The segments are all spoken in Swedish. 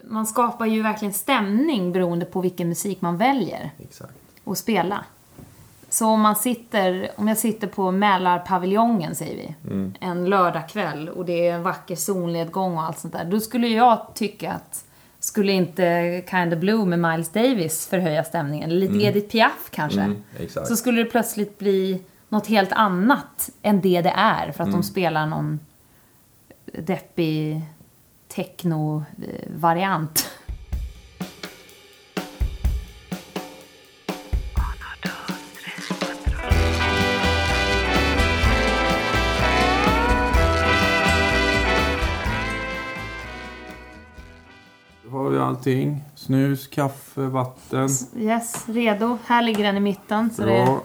man skapar ju verkligen stämning beroende på vilken musik man väljer. Exakt. Och spela. Så om jag sitter på Mälarpaviljongen, säger vi, en lördagkväll och det är en vacker solnedgång och allt sånt där, då skulle jag tycka att skulle inte Kind of Blue med Miles Davis förhöja stämningen, eller lite Edith Piaf kanske, exakt. så skulle det plötsligt bli något helt annat än det är, för att de spelar någon deppig techno-variant. Har vi allting. Snus, kaffe, vatten. Yes, redo. Här ligger den i mitten. Så Bra.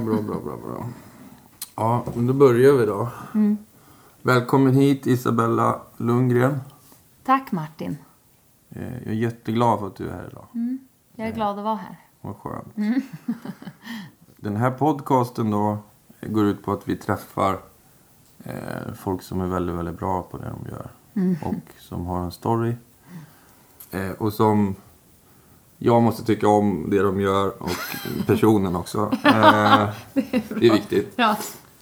Ja, men då börjar vi då. Välkommen hit, Isabella Lundgren. Tack, Martin. Jag är jätteglad för att du är här idag. Jag är glad att vara här. Vad skönt. Den här podcasten då går ut på att vi träffar folk som är väldigt, väldigt bra på det de gör. Och som har en story. Och som jag måste tycka om det de gör och personen också. Det är viktigt. Ja.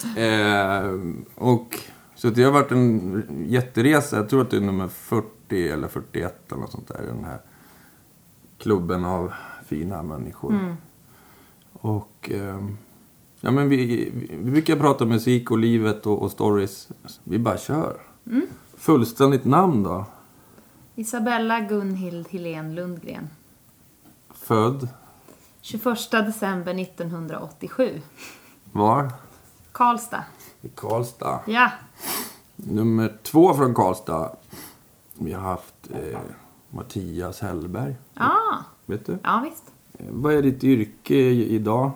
Och så det har varit en jätteresa. Jag tror att det är nummer 40 eller 41 eller något sånt där i den här klubben av fina människor. Och ja, men vi brukar prata musik och livet och stories. Vi bara kör. Fullständigt namn då? Isabella Gunhild Helén Lundgren. Född? 21 december 1987. Var? Karlstad. I Karlstad. Ja. Nummer 2 från Karlstad. Vi har haft Mattias Hellberg. Vet du? Ja, visst. Vad är ditt yrke idag?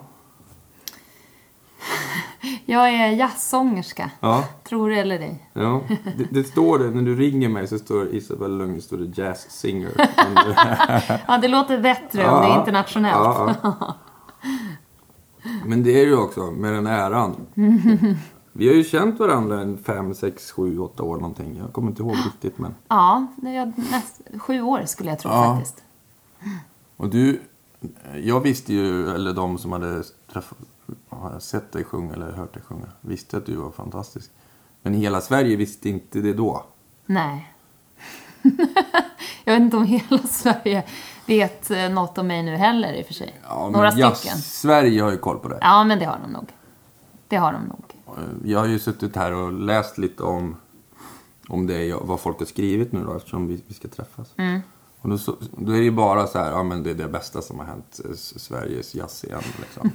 Jag är jazzsångerska. Ja. Tror det eller dig. Ja. Det står det, när du ringer mig så står Isabella Lundgren, står det jazz singer. Ja, det låter bättre om det är internationellt. Ja. Men det är ju också med den äran. Vi har ju känt varandra en 5, 6, 7, 8 år någonting. Jag kommer inte ihåg riktigt, men... Ja, det är 7 år skulle jag tro faktiskt. Och du, jag visste ju, eller de som hade sett dig sjunga eller hört dig sjunga, visste att du var fantastisk. Men hela Sverige visste inte det då. Nej. Jag vet inte om hela Sverige vet något om mig nu heller i och för sig. Ja, några men stycken. Sverige har ju koll på det. Ja, men det har de nog. Det har de nog. Jag har ju suttit här och läst lite om det, vad folk har skrivit nu då, eftersom vi ska träffas. Och då är det ju bara så här, ja men det är det bästa som har hänt Sveriges jazzscen liksom.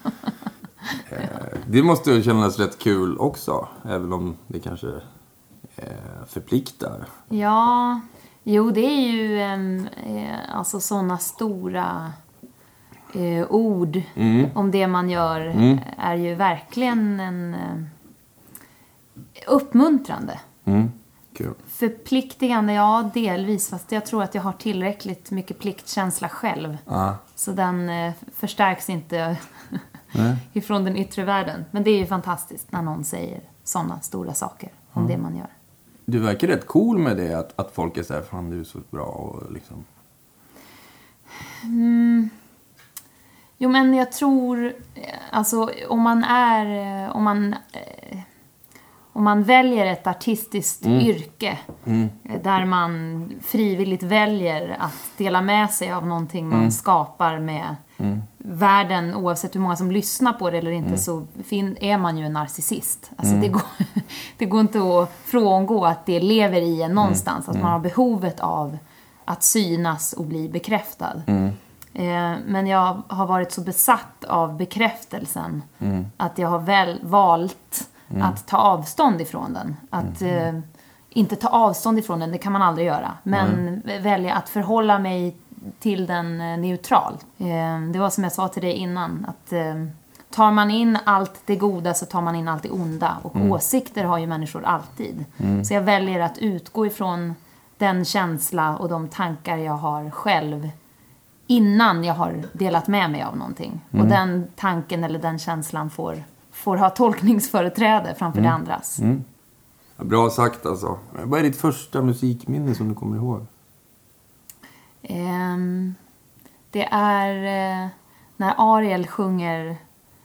Det måste ju kännas rätt kul också, även om det kanske förpliktar. Ja, jo det är ju alltså sådana stora ord om det man gör är ju verkligen en uppmuntrande. Kul. Förpliktigande, ja delvis, fast jag tror att jag har tillräckligt mycket pliktkänsla själv. Så den förstärks inte ifrån den yttre världen. Men det är ju fantastiskt när någon säger sådana stora saker om det man gör. Du verkar rätt cool med det, att folk är så här, fan du är så bra och liksom... Jo, men jag tror, alltså om man väljer ett artistiskt yrke där man frivilligt väljer att dela med sig av någonting man skapar med världen, oavsett hur många som lyssnar på det eller inte, så är man ju en narcissist. Alltså det går inte att frångå att det lever i en någonstans, att man har behovet av att synas och bli bekräftad. Men jag har varit så besatt av bekräftelsen att jag har valt att ta avstånd ifrån den. Att inte ta avstånd ifrån den, det kan man aldrig göra. Men välja att förhålla mig till den neutral. Det var som jag sa till dig innan, att tar man in allt det goda så tar man in allt det onda. Och åsikter har ju människor alltid. Så jag väljer att utgå ifrån den känsla och de tankar jag har själv innan jag har delat med mig av någonting. Och den tanken eller den känslan får ha tolkningsföreträde framför det andras. Bra sagt alltså. Vad är ditt första musikminne som du kommer ihåg? Det är när Ariel sjunger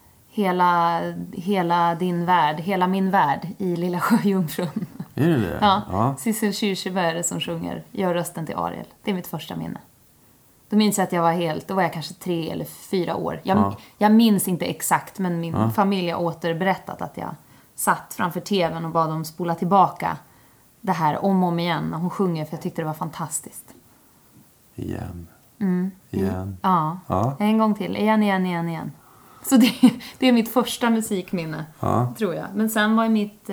hela din värld, hela min värld i Lilla Sjöjungfrun. Är det? Ja. Sissel Kyrkjebø är det som sjunger, gör rösten till Ariel. Det är mitt första minne. Då minns jag att då var jag kanske 3 eller 4 år. Jag minns inte exakt, men min familj har återberättat att jag satt framför tvn och bad dem spola tillbaka det här om och om igen när hon sjunger, för jag tyckte det var fantastiskt. Igen. Ja. En gång till. Igen. Så det är mitt första musikminne, tror jag. Men sen var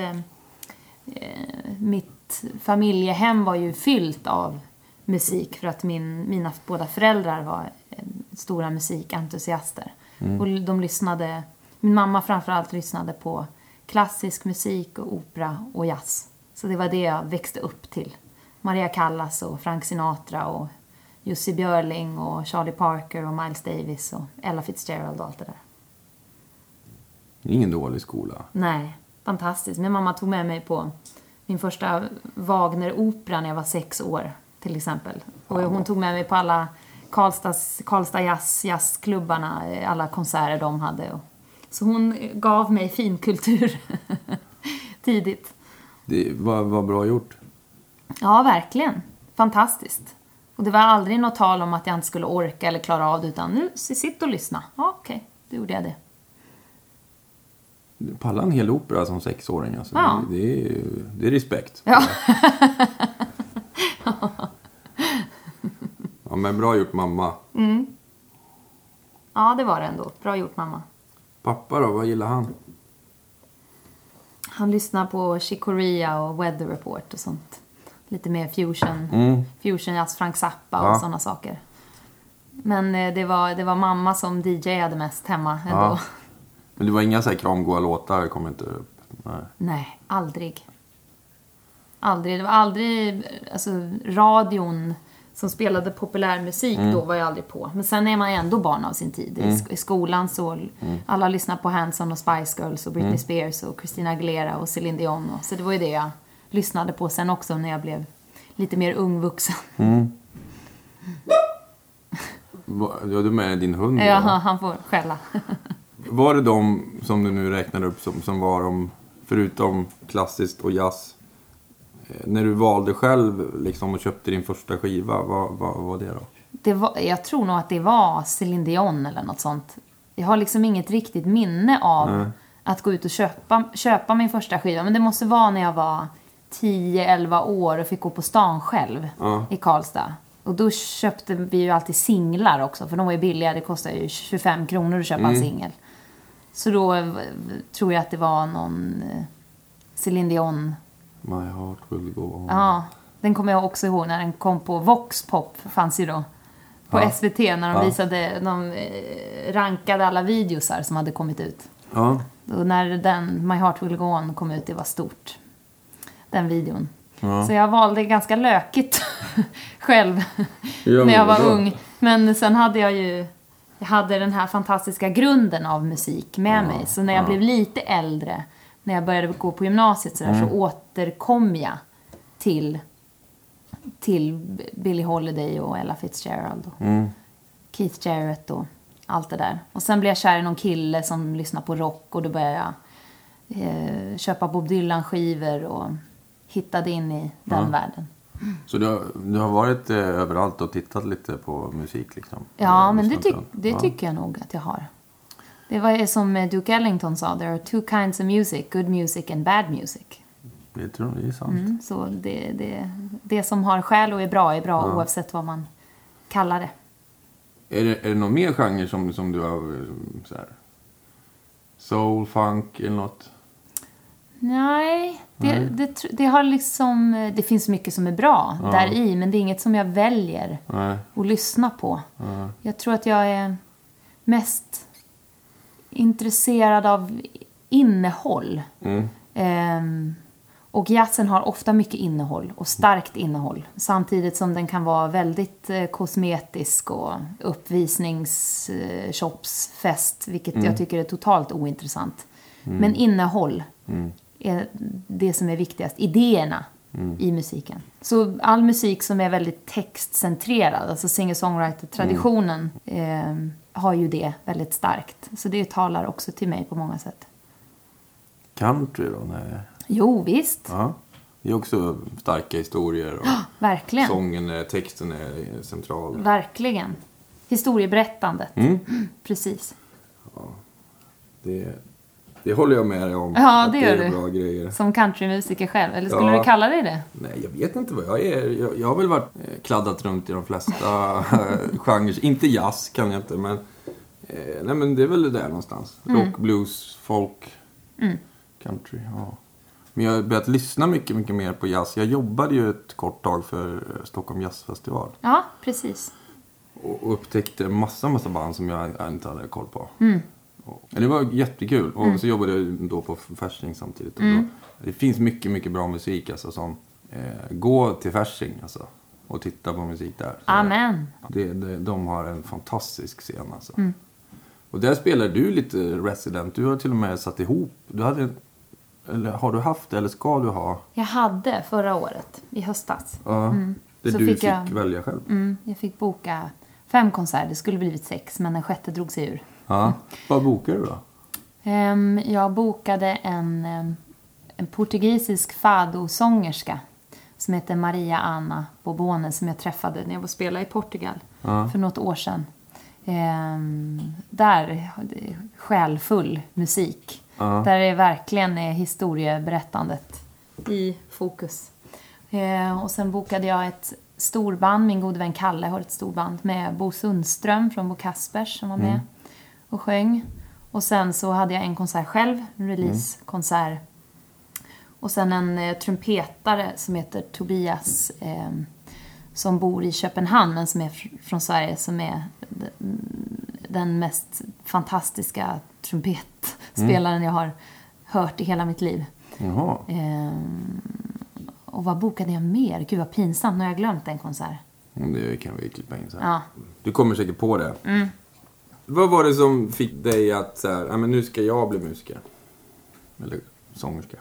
mitt familjehem var ju fyllt av musik, för att mina båda föräldrar var stora musikentusiaster. Och de lyssnade, min mamma framförallt lyssnade på klassisk musik och opera och jazz. Så det var det jag växte upp till. Maria Callas och Frank Sinatra och Jussi Björling och Charlie Parker och Miles Davis och Ella Fitzgerald och allt det där. Ingen dålig skola. Nej, fantastiskt. Min mamma tog med mig på min första Wagner-opera när jag var 6 år, till exempel. Och hon tog med mig på alla Karlstad jazzklubbarna, alla konserter de hade. Så hon gav mig finkultur tidigt. Det var bra gjort. Ja, verkligen. Fantastiskt. Och det var aldrig något tal om att jag inte skulle orka eller klara av det, utan nu sitt och lyssna. Ja, okej. Då gjorde jag det. Palla en hel opera som 6-åring. Alltså. Ja. Det är respekt. Ja. Ja, men bra gjort, mamma. Ja, det var det ändå. Bra gjort, mamma. Pappa då, vad gillar han? Han lyssnar på Chick Corea och Weather Report och sånt. Lite mer fusion jazz, Frank Zappa och sådana saker. Men det var mamma som DJade mest hemma ändå. Ja. Men det var inga så här kramgoa låtar, kom inte upp? Nej, aldrig. Aldrig. Det var aldrig, alltså radion som spelade populärmusik då var jag aldrig på. Men sen är man ändå barn av sin tid. I skolan så alla lyssnar på Hanson och Spice Girls och Britney Spears och Christina Aguilera och Celine Dion. Så det var ju det jag lyssnade på sen också när jag blev lite mer ungvuxen. Ja, du med din hund? Ja, han får skälla. Var det de som du nu räknar upp som var de, förutom klassiskt och jazz, när du valde själv liksom och köpte din första skiva, vad var det då? Jag tror nog att det var Celine Dion eller något sånt. Jag har liksom inget riktigt minne av att gå ut och köpa min första skiva. Men det måste vara när jag var 10-11 år och fick gå på stan själv i Karlstad. Och då köpte vi ju alltid singlar också, för de var ju billiga. Det kostade ju 25 kronor att köpa en singel. Så då tror jag att det var någon Celine Dion. My heart will go on. Ja, den kommer jag också ihåg när den kom på Vox Pop, fanns ju då. På SVT när de rankade alla videosar som hade kommit ut. Ja. Och när My Heart Will Go On kom ut, det var stort. Den videon. Ja. Så jag valde ganska lökigt själv när jag var ung. Men sen hade jag hade den här fantastiska grunden av musik med mig. Så när jag blev lite äldre, när jag började gå på gymnasiet så återkom jag till Billie Holiday och Ella Fitzgerald och Keith Jarrett och allt det där. Och sen blev jag kär i någon kille som lyssnar på rock, och då började jag köpa Bob Dylan-skivor och hittade in i den världen. Så du har varit överallt och tittat lite på musik liksom? Ja, men det tycker jag nog att jag har. Det var som Duke Ellington sa, there are 2 kinds of music, good music and bad music. Det tror jag är sant. Så det som har själ och är bra oavsett vad man kallar det. Är det någon mer genre som du har så här, soul, funk eller något? Nej, det har liksom, det finns mycket som är bra där i, men det är inget som jag väljer att lyssna på. Jag tror att jag är mest intresserad av innehåll. Och jazzen har ofta mycket innehåll och starkt innehåll, samtidigt som den kan vara väldigt kosmetisk och uppvisningsshopsfest, vilket jag tycker är totalt ointressant. Men innehåll är det som är viktigast. Idéerna i musiken. Så all musik som är väldigt textcentrerad, alltså singer-songwriter-traditionen, har ju det väldigt starkt. Så det talar också till mig på många sätt. Country då? Nej. Jo, visst. Ja. Det är också starka historier. Och verkligen. Sången, texten är central. Verkligen. Historieberättandet. Precis. Ja. Det håller jag med dig om. Ja, det gör är du. Bra grejer. Som countrymusiker själv. Eller skulle du kalla dig det? Nej, jag vet inte vad jag är. Jag har väl varit kladdat runt i de flesta genrer. Inte jazz kan jag inte, men nej, men det är väl det där någonstans. Rock, blues, folk, country. Ja. Men jag har börjat lyssna mycket, mycket mer på jazz. Jag jobbade ju ett kort tag för Stockholm Jazzfestival. Ja, precis. Och upptäckte massa band som jag inte hade koll på. Det var jättekul. Och så jobbade jag då på Fasching samtidigt. Och då, det finns mycket, mycket bra musik alltså, som gå till Fasching alltså, och titta på musik där. Så Amen. De har en fantastisk scen alltså. Och där spelar du lite resident. Du har till och med satt ihop. Eller har du haft det eller ska du ha? Jag hade förra året, i höstas. Ja, det Så du fick jag välja själv. Jag fick boka 5 konserter. Det skulle blivit 6, men den 6:e drog sig ur. Ja. Vad bokade du då? Jag bokade en portugisisk fado-sångerska som heter Maria Ana Bobone, som jag träffade när jag var spelare i Portugal för något år sedan. Där själfull musik. Där är verkligen historieberättandet i fokus. Och sen bokade jag ett storband. Min gode vän Kalle har ett storband med Bo Sundström från Bo Kaspers som var med och sjöng. Och sen så hade jag en konsert själv, en release-konsert. Och sen en trumpetare som heter Tobias som bor i Köpenhamn men som är från Sverige, som är den mest fantastiska trumpetspelaren jag har hört i hela mitt liv. Jaha. Och vad bokade jag mer? Gud vad pinsamt, när jag glömt en konsert. Det kan vi klippa in så här. Ja. Du kommer säkert på det. Vad var det som fick dig att så här, men nu ska jag bli musiker? Eller sångerska?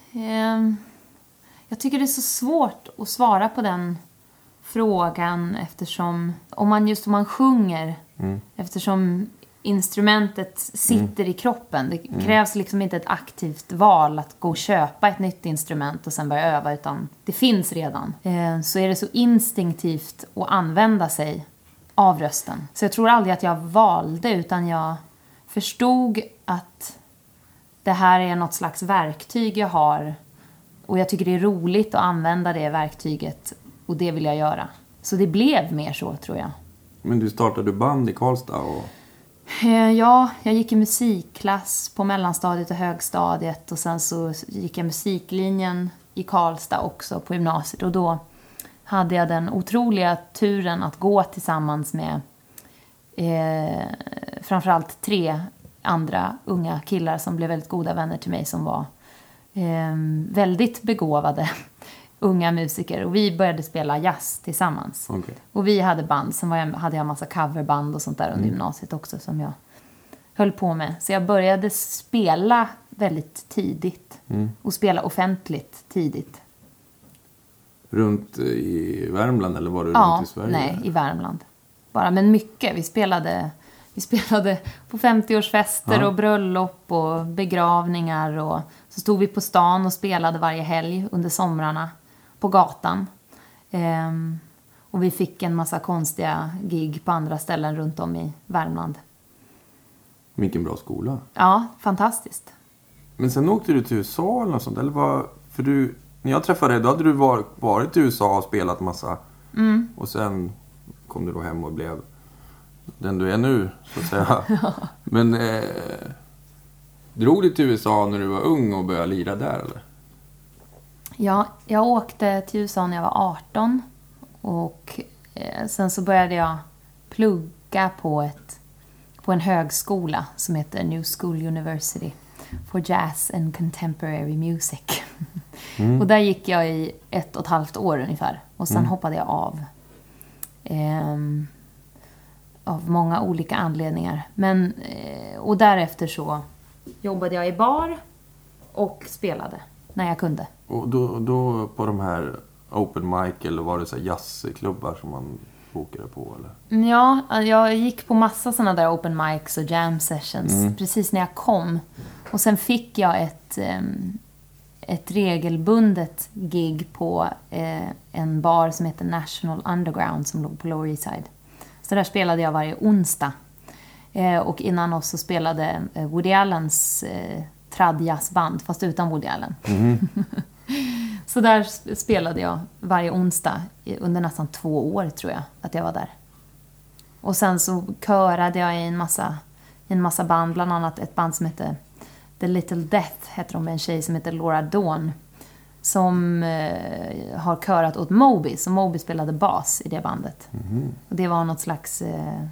Jag tycker det är så svårt att svara på den frågan, eftersom om man sjunger, eftersom instrumentet sitter i kroppen. Det krävs liksom inte ett aktivt val att gå och köpa ett nytt instrument och sen börja öva, utan det finns redan. Så är det så instinktivt att använda sig av rösten. Så jag tror aldrig att jag valde, utan jag förstod att det här är något slags verktyg jag har. Och jag tycker det är roligt att använda det verktyget. Och det vill jag göra. Så det blev mer så, tror jag. Men du startade band i Karlstad och... Ja, jag gick i musikklass på mellanstadiet och högstadiet. Och sen så gick jag musiklinjen i Karlstad också på gymnasiet. Och då hade jag den otroliga turen att gå tillsammans med framförallt 3 andra unga killar som blev väldigt goda vänner till mig, som var väldigt begåvade unga musiker. Och vi började spela jazz tillsammans. Okay. Och vi hade band. Sen hade jag en massa coverband och sånt där under gymnasiet också som jag höll på med. Så jag började spela väldigt tidigt. Och spela offentligt tidigt. Runt i Värmland eller var du runt i Sverige? Nej, i Värmland. Bara, men mycket. Vi spelade på 50-årsfester och bröllop och begravningar. Och så stod vi på stan och spelade varje helg under somrarna på gatan. Och vi fick en massa konstiga gig på andra ställen runt om i Värmland. Vilken bra skola. Ja, fantastiskt. Men sen åkte du till USA eller något sånt? Eller för när jag träffade dig, då hade du varit i USA och spelat massa. Och sen kom du då hem och blev den du är nu, så att säga. Men drog du till USA när du var ung och började lira där, eller? Ja, jag åkte till USA när jag var 18. Och sen så började jag plugga på en högskola som heter New School University for Jazz and Contemporary Music. Och där gick jag i 1,5 år ungefär. Och sen hoppade jag av. Av många olika anledningar. Och därefter så jobbade jag i bar och spelade när jag kunde. Och då på de här open mic eller var det så här jazzklubbar som man bokade på eller? Ja, jag gick på massa sådana där open mics och jam sessions precis när jag kom. Och sen fick jag ett regelbundet gig på en bar som heter National Underground som låg på Lower East Side. Så där spelade jag varje onsdag. Och innan oss så spelade Woody Allens tradjazzband, fast utan Woody Allen. Så där spelade jag varje onsdag under nästan 2 år, tror jag, att jag var där. Och sen så körade jag i en massa band, bland annat ett band som heter The Little Death, heter de, med en tjej som heter Laura Dawn, som har körat åt Moby, så Moby spelade bas i det bandet. Och det var något slags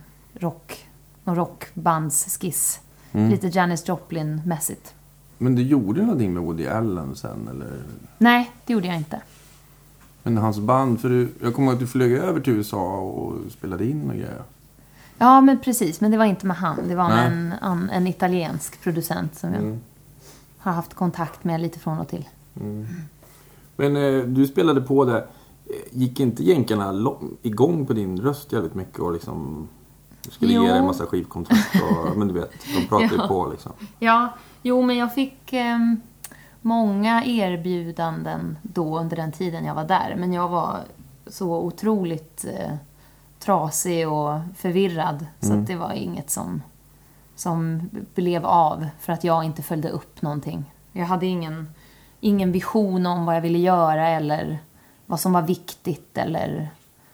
rockbandsskiss. Lite Janis Joplin-mässigt. Men du gjorde någonting med Woody Allen sen, eller? Nej, det gjorde jag inte. Men hans band, för jag kommer ihåg att du flög över till USA och spelade in och grejer. Ja, men precis. Men det var inte med han. Det var med en italiensk producent som jag har haft kontakt med lite från och till. Men du spelade på det. Gick inte jänkarna igång på din röst jävligt mycket och liksom skulle ge dig en massa skivkontrakt och, men du vet, de pratade ju på liksom. Ja, jo, men jag fick många erbjudanden då under den tiden jag var där. Men jag var så otroligt trasig och förvirrad. Så att det var inget som blev av för att jag inte följde upp någonting. Jag hade ingen vision om vad jag ville göra eller vad som var viktigt. Eller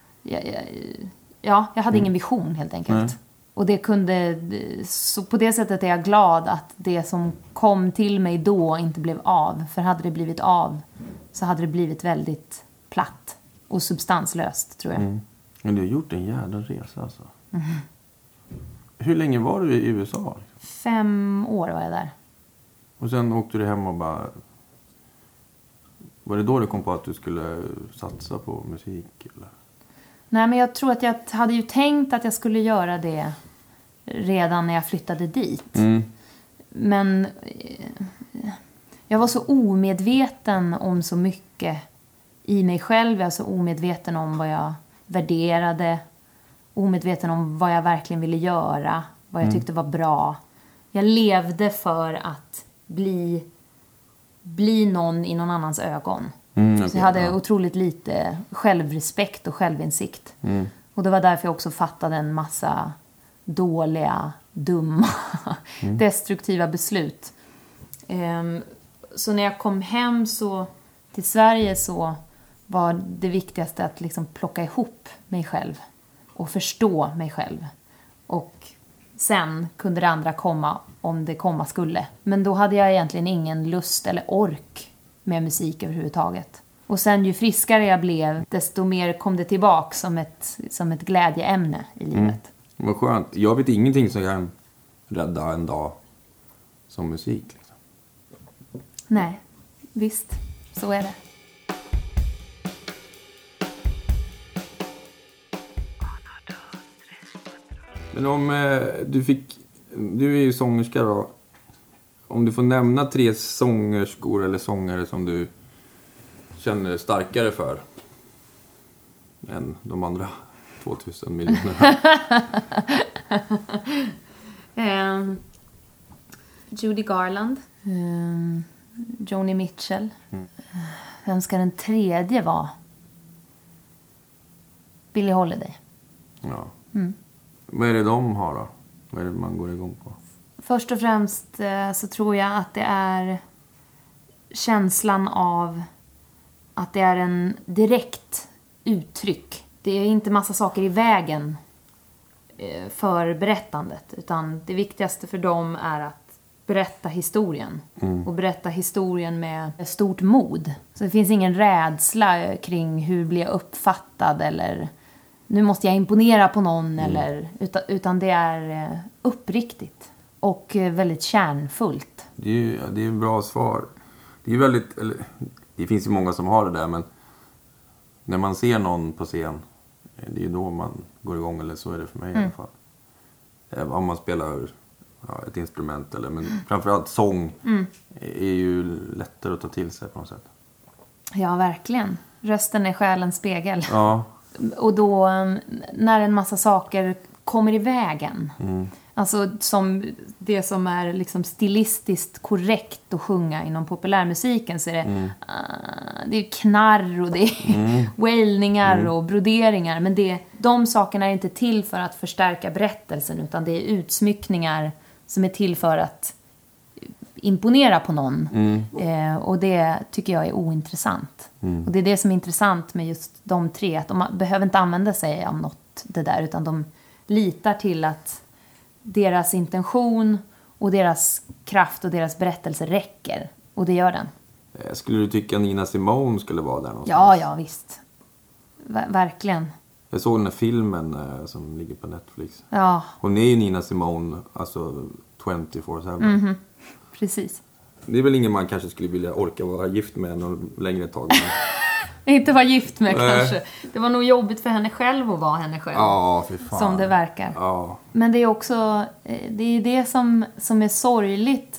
jag hade ingen vision helt enkelt. Och det så på det sättet är jag glad att det som kom till mig då inte blev av. För hade det blivit av så hade det blivit väldigt platt och substanslöst, tror jag. Men du har gjort en jävla resa alltså. Hur länge var du i USA? 5 år var jag där. Och sen åkte du hem och bara... Var det då du kom på att du skulle satsa på musik? Eller? Nej, men jag tror att jag hade ju tänkt att jag skulle göra det redan när jag flyttade dit. Men jag var så omedveten om så mycket i mig själv. Jag var så omedveten om vad jag värderade. Omedveten om vad jag verkligen ville göra. Vad jag tyckte var bra. Jag levde för att bli någon i någon annans ögon. Så jag hade otroligt lite självrespekt och självinsikt. Och det var därför jag också fattade en massa dåliga, dumma, destruktiva beslut. Så när jag kom hem till Sverige så var det viktigaste att liksom plocka ihop mig själv och förstå mig själv. Och sen kunde det andra komma om det komma skulle. Men då hade jag egentligen ingen lust eller ork med musik överhuvudtaget. Och sen ju friskare jag blev, desto mer kom det tillbaka som ett glädjeämne i livet. Vad skönt. Jag vet ingenting som kan rädda en dag som musik. Liksom. Nej, visst. Så är det. Men om du är ju sångerska då. Om du får nämna 3 sångerskor eller sångare som du känner starkare för än de andra 2000 miljoner. Judy Garland. Joni Mitchell. Vem ska den tredje vara? Billie Holiday. Ja. Vad är det de har då? Vad är det man går igång på? Först och främst så tror jag att det är känslan av att det är en direkt uttryck. Det är inte massa saker i vägen för berättandet. Utan det viktigaste för dem är att berätta historien. Och berätta historien med stort mod. Så det finns ingen rädsla kring hur blir jag uppfattad eller nu måste jag imponera på någon. Eller, utan det är uppriktigt och väldigt kärnfullt. Det är en bra svar. Det är väldigt... Det finns ju många som har det där, men när man ser någon på scen, det är ju då man går igång, eller så är det för mig i alla fall. Om man spelar ett instrument. Men framförallt sång är ju lättare att ta till sig på något sätt. Ja, verkligen. Rösten är själens spegel. Ja. Och då när en massa saker kommer i vägen. Alltså som det som är liksom stilistiskt korrekt att sjunga inom populärmusiken, så är det är knarr och det är wailningar och broderingar. Men de sakerna är inte till för att förstärka berättelsen, utan det är utsmyckningar som är till för att imponera på någon. Och det tycker jag är ointressant. Och det är det som är intressant med just de tre, att de behöver inte använda sig av något det där, utan de litar till att deras intention och deras kraft och deras berättelse räcker. Och det gör den. Skulle du tycka Nina Simone skulle vara där någonstans? Ja, visst. Verkligen. Jag såg den här filmen som ligger på Netflix. Ja. Hon är ju Nina Simone, alltså 24/7. Precis. Det är väl ingen man kanske skulle vilja orka vara gift med någon längre tag. Inte vara gift med kanske. Det var nog jobbigt för henne själv att vara henne själv. Ja, för fan. Som det verkar. Ja. Men det är också det är det som är sorgligt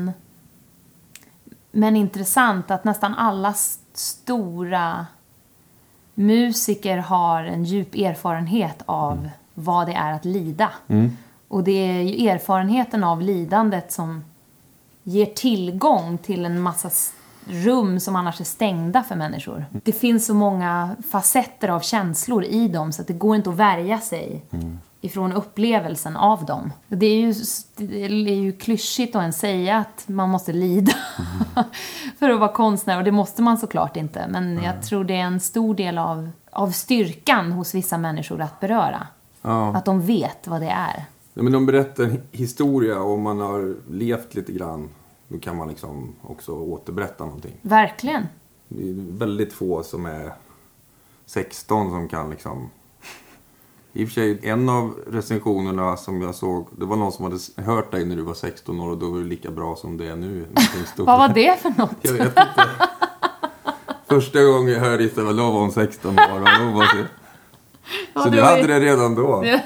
men intressant, att nästan alla stora musiker har en djup erfarenhet av vad det är att lida. Och det är ju erfarenheten av lidandet som ger tillgång till en massa rum som annars är stängda för människor. Det finns så många facetter av känslor i dem, så att det går inte att värja sig ifrån upplevelsen av dem. Det är ju klyschigt att ens säga att man måste lida för att vara konstnär, och det måste man såklart inte. Men jag tror det är en stor del av styrkan hos vissa människor att beröra. Att de vet vad det är. Ja, men de berättar en historia, och om man har levt lite grann, då kan man liksom också återberätta någonting. Verkligen. Det är väldigt få som är 16 som kan liksom... I och för sig, en av recensionerna som jag såg, det var någon som hade hört dig när du var 16 år, och då var det lika bra som det är nu. Vad var det för något? Jag vet inte. Första gången jag hörde Isabella, då var hon 16 år. Och då var så du hade det redan då. Ja.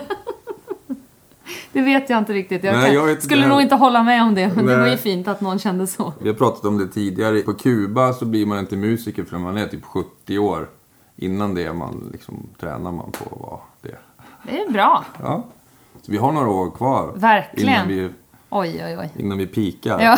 Det vet jag inte riktigt. Jag skulle nog inte hålla med om det. Men det var ju fint att någon kände så. Vi har pratat om det tidigare. På Kuba så blir man inte musiker förrän man är typ 70 år. Innan det tränar man på att vara det. Det är bra. Ja. Så vi har några år kvar. Verkligen. Innan vi pikar. Ja.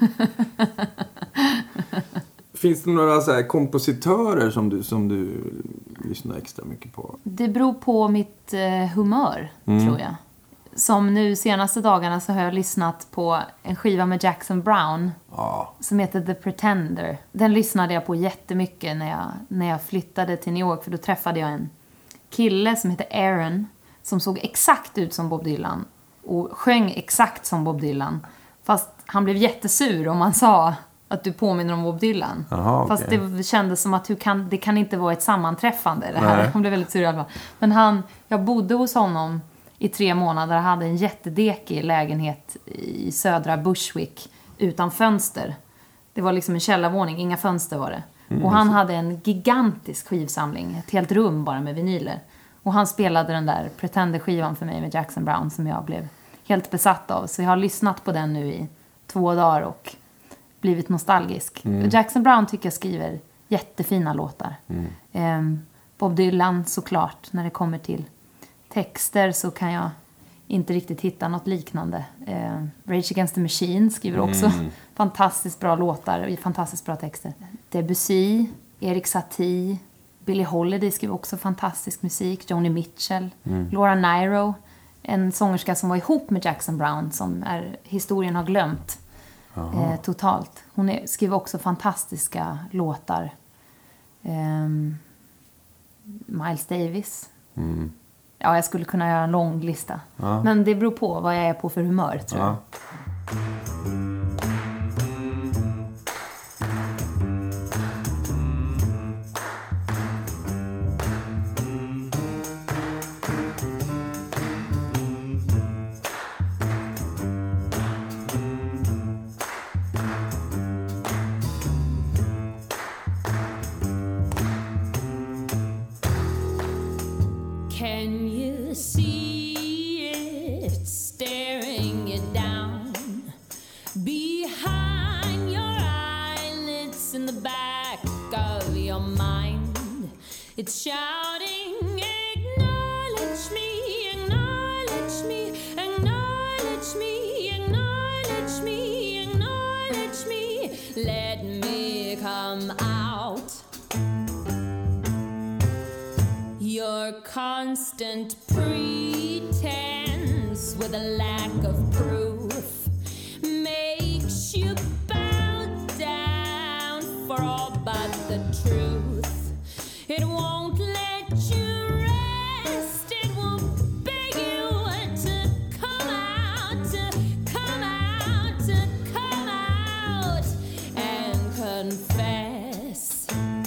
Finns det några så här kompositörer som du lyssnar extra mycket på? Det beror på mitt humör, tror jag. Som nu senaste dagarna så har jag lyssnat på en skiva med Jackson Browne. Som heter The Pretender. Den lyssnade jag på jättemycket när jag flyttade till New York. För då träffade jag en kille som heter Aaron. Som såg exakt ut som Bob Dylan. Och sjöng exakt som Bob Dylan. Fast han blev jättesur om man sa att du påminner om Bob Dylan. Aha, okay. Fast det kändes som att det kan inte vara ett sammanträffande. Det här. Han blev väldigt sur i alla fall. Men jag bodde hos honom i 3 månader. Jag hade en jättedekig lägenhet i södra Bushwick utan fönster. Det var liksom en källarvåning, inga fönster var det. Och han hade en gigantisk skivsamling, ett helt rum bara med vinyler. Och han spelade den där Pretender-skivan för mig med Jackson Browne som jag blev helt besatt av. Så jag har lyssnat på den nu i 2 dagar och blivit nostalgisk. Jackson Browne tycker jag skriver jättefina låtar. Bob Dylan såklart, när det kommer till texter så kan jag inte riktigt hitta något liknande. Rage Against the Machine skriver också fantastiskt bra låtar och fantastiskt bra texter. Debussy, Erik Satie, Billie Holiday skriver också fantastisk musik. Joni Mitchell, Laura Nyro, en sångerska som var ihop med Jackson Browne som historien har glömt totalt. Hon skriver också fantastiska låtar. Miles Davis. Ja, jag skulle kunna göra en lång lista. Men det beror på vad jag är på för humör, tror jag. Can you see it staring you down? It's shouting, acknowledge me, acknowledge me, acknowledge me, acknowledge me, acknowledge me. Let me come out. Your constant pretense with a lack of proof makes you bow down for all but the truth. It won't let you rest. It will beg you to come out, to come out, to come out and confess.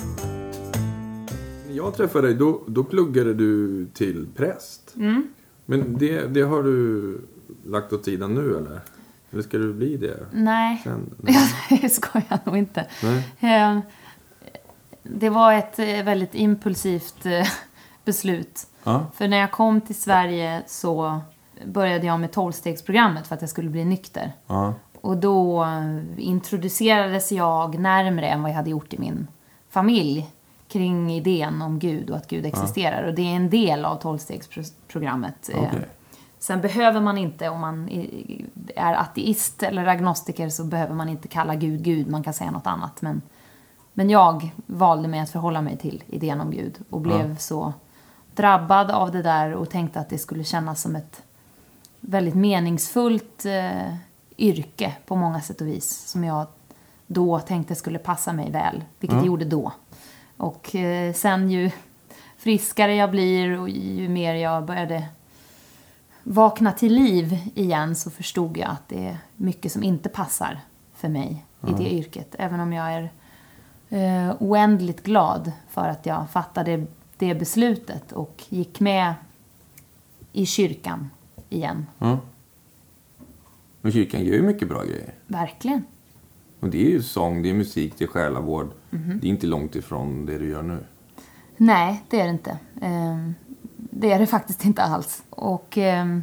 Jag träffade dig, då pluggade du till präst. Men det har du lagt åt sidan nu, eller? Eller ska du bli det? Nej, Sen? det ska jag nog inte. Nej. Det var ett väldigt impulsivt beslut. Ja. För när jag kom till Sverige så började jag med 12-stegsprogrammet för att jag skulle bli nykter. Ja. Och då introducerades jag närmare än vad jag hade gjort i min familj kring idén om Gud och att Gud existerar. Och det är en del av 12-stegsprogrammet. Okay. Sen behöver man inte, om man är ateist eller agnostiker, så behöver man inte kalla Gud Gud. Man kan säga något annat. Men jag valde mig att förhålla mig till idén om Gud. Och blev så drabbad av det där och tänkte att det skulle kännas som ett väldigt meningsfullt yrke på många sätt och vis. Som jag då tänkte skulle passa mig väl. Vilket det gjorde då. Och sen ju friskare jag blir och ju mer jag började vakna till liv igen, så förstod jag att det är mycket som inte passar för mig i det yrket. Även om jag är oändligt glad för att jag fattade det beslutet och gick med i kyrkan igen. Ja. Men kyrkan gör ju mycket bra grejer. Verkligen. Och det är ju sång, det är musik, det är själavård. Det är inte långt ifrån det du gör nu. Nej, det är det inte. Det är det faktiskt inte alls. Och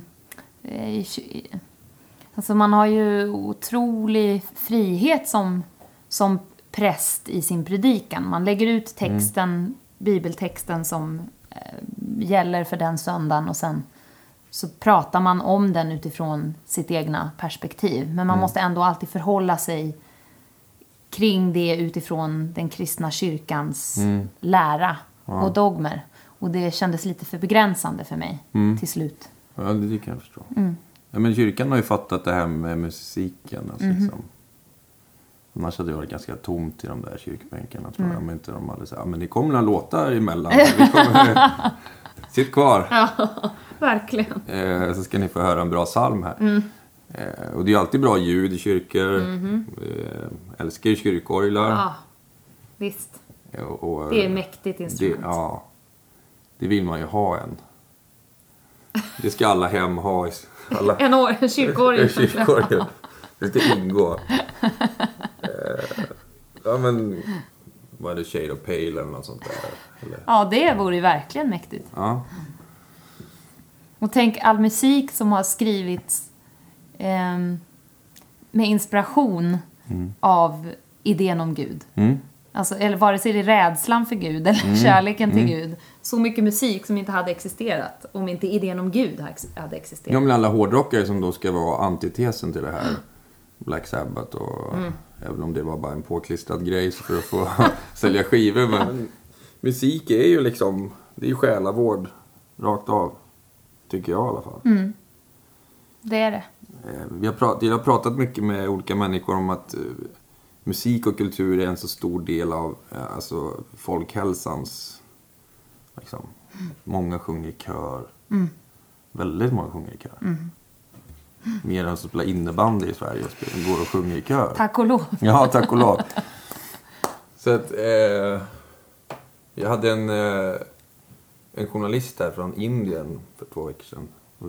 alltså man har ju otrolig frihet som präst i sin predikan. Man lägger ut texten, bibeltexten som gäller för den söndagen, och sen så pratar man om den utifrån sitt egna perspektiv. Men man måste ändå alltid förhålla sig kring det utifrån den kristna kyrkans lära och dogmer. Och det kändes lite för begränsande för mig till slut. Ja, det kan jag förstå. Ja, men kyrkan har ju fattat det här med musiken. Alltså, liksom. Annars hade det varit ganska tomt i de där kyrkbänkarna, tror jag. Men inte de hade sagt, men det kommer några låtar emellan. Sitt kvar. Ja, verkligen. Så ska ni få höra en bra psalm här. Och det är alltid bra ljud i kyrkor. Älskar ju kyrkorglar. Ja, visst. Och, det är mäktigt instrument. Det vill man ju ha en. Det ska alla hem ha. En kyrkorgel. Kyrkorgel. Det ska ingå. Ja, men vad är det, Shade of Pale eller något sånt där? Eller? Ja, det vore ju verkligen mäktigt. Ja. Och tänk all musik som har skrivits med inspiration av idén om Gud. Alltså, eller vare sig det är rädslan för Gud eller kärleken till Gud. Så mycket musik som inte hade existerat om inte idén om Gud hade existerat. Ja, men alla hårdrockare som då ska vara antitesen till det här. Black Sabbath och även om det var bara en påklistrad grej för att få sälja skivor. Men musik är ju liksom, det är ju själavård rakt av. Tycker jag i alla fall. Det är det. Jag har pratat mycket med olika människor om att musik och kultur är en så stor del av alltså folkhälsans liksom. Många sjunger i kör. Väldigt många sjunger i kör. Mer än som spelar innebandy i Sverige går och sjunger i kör. Tack och lov. Ja, tack och lov. Så att jag hade en journalist här från Indien för 2 veckor sedan.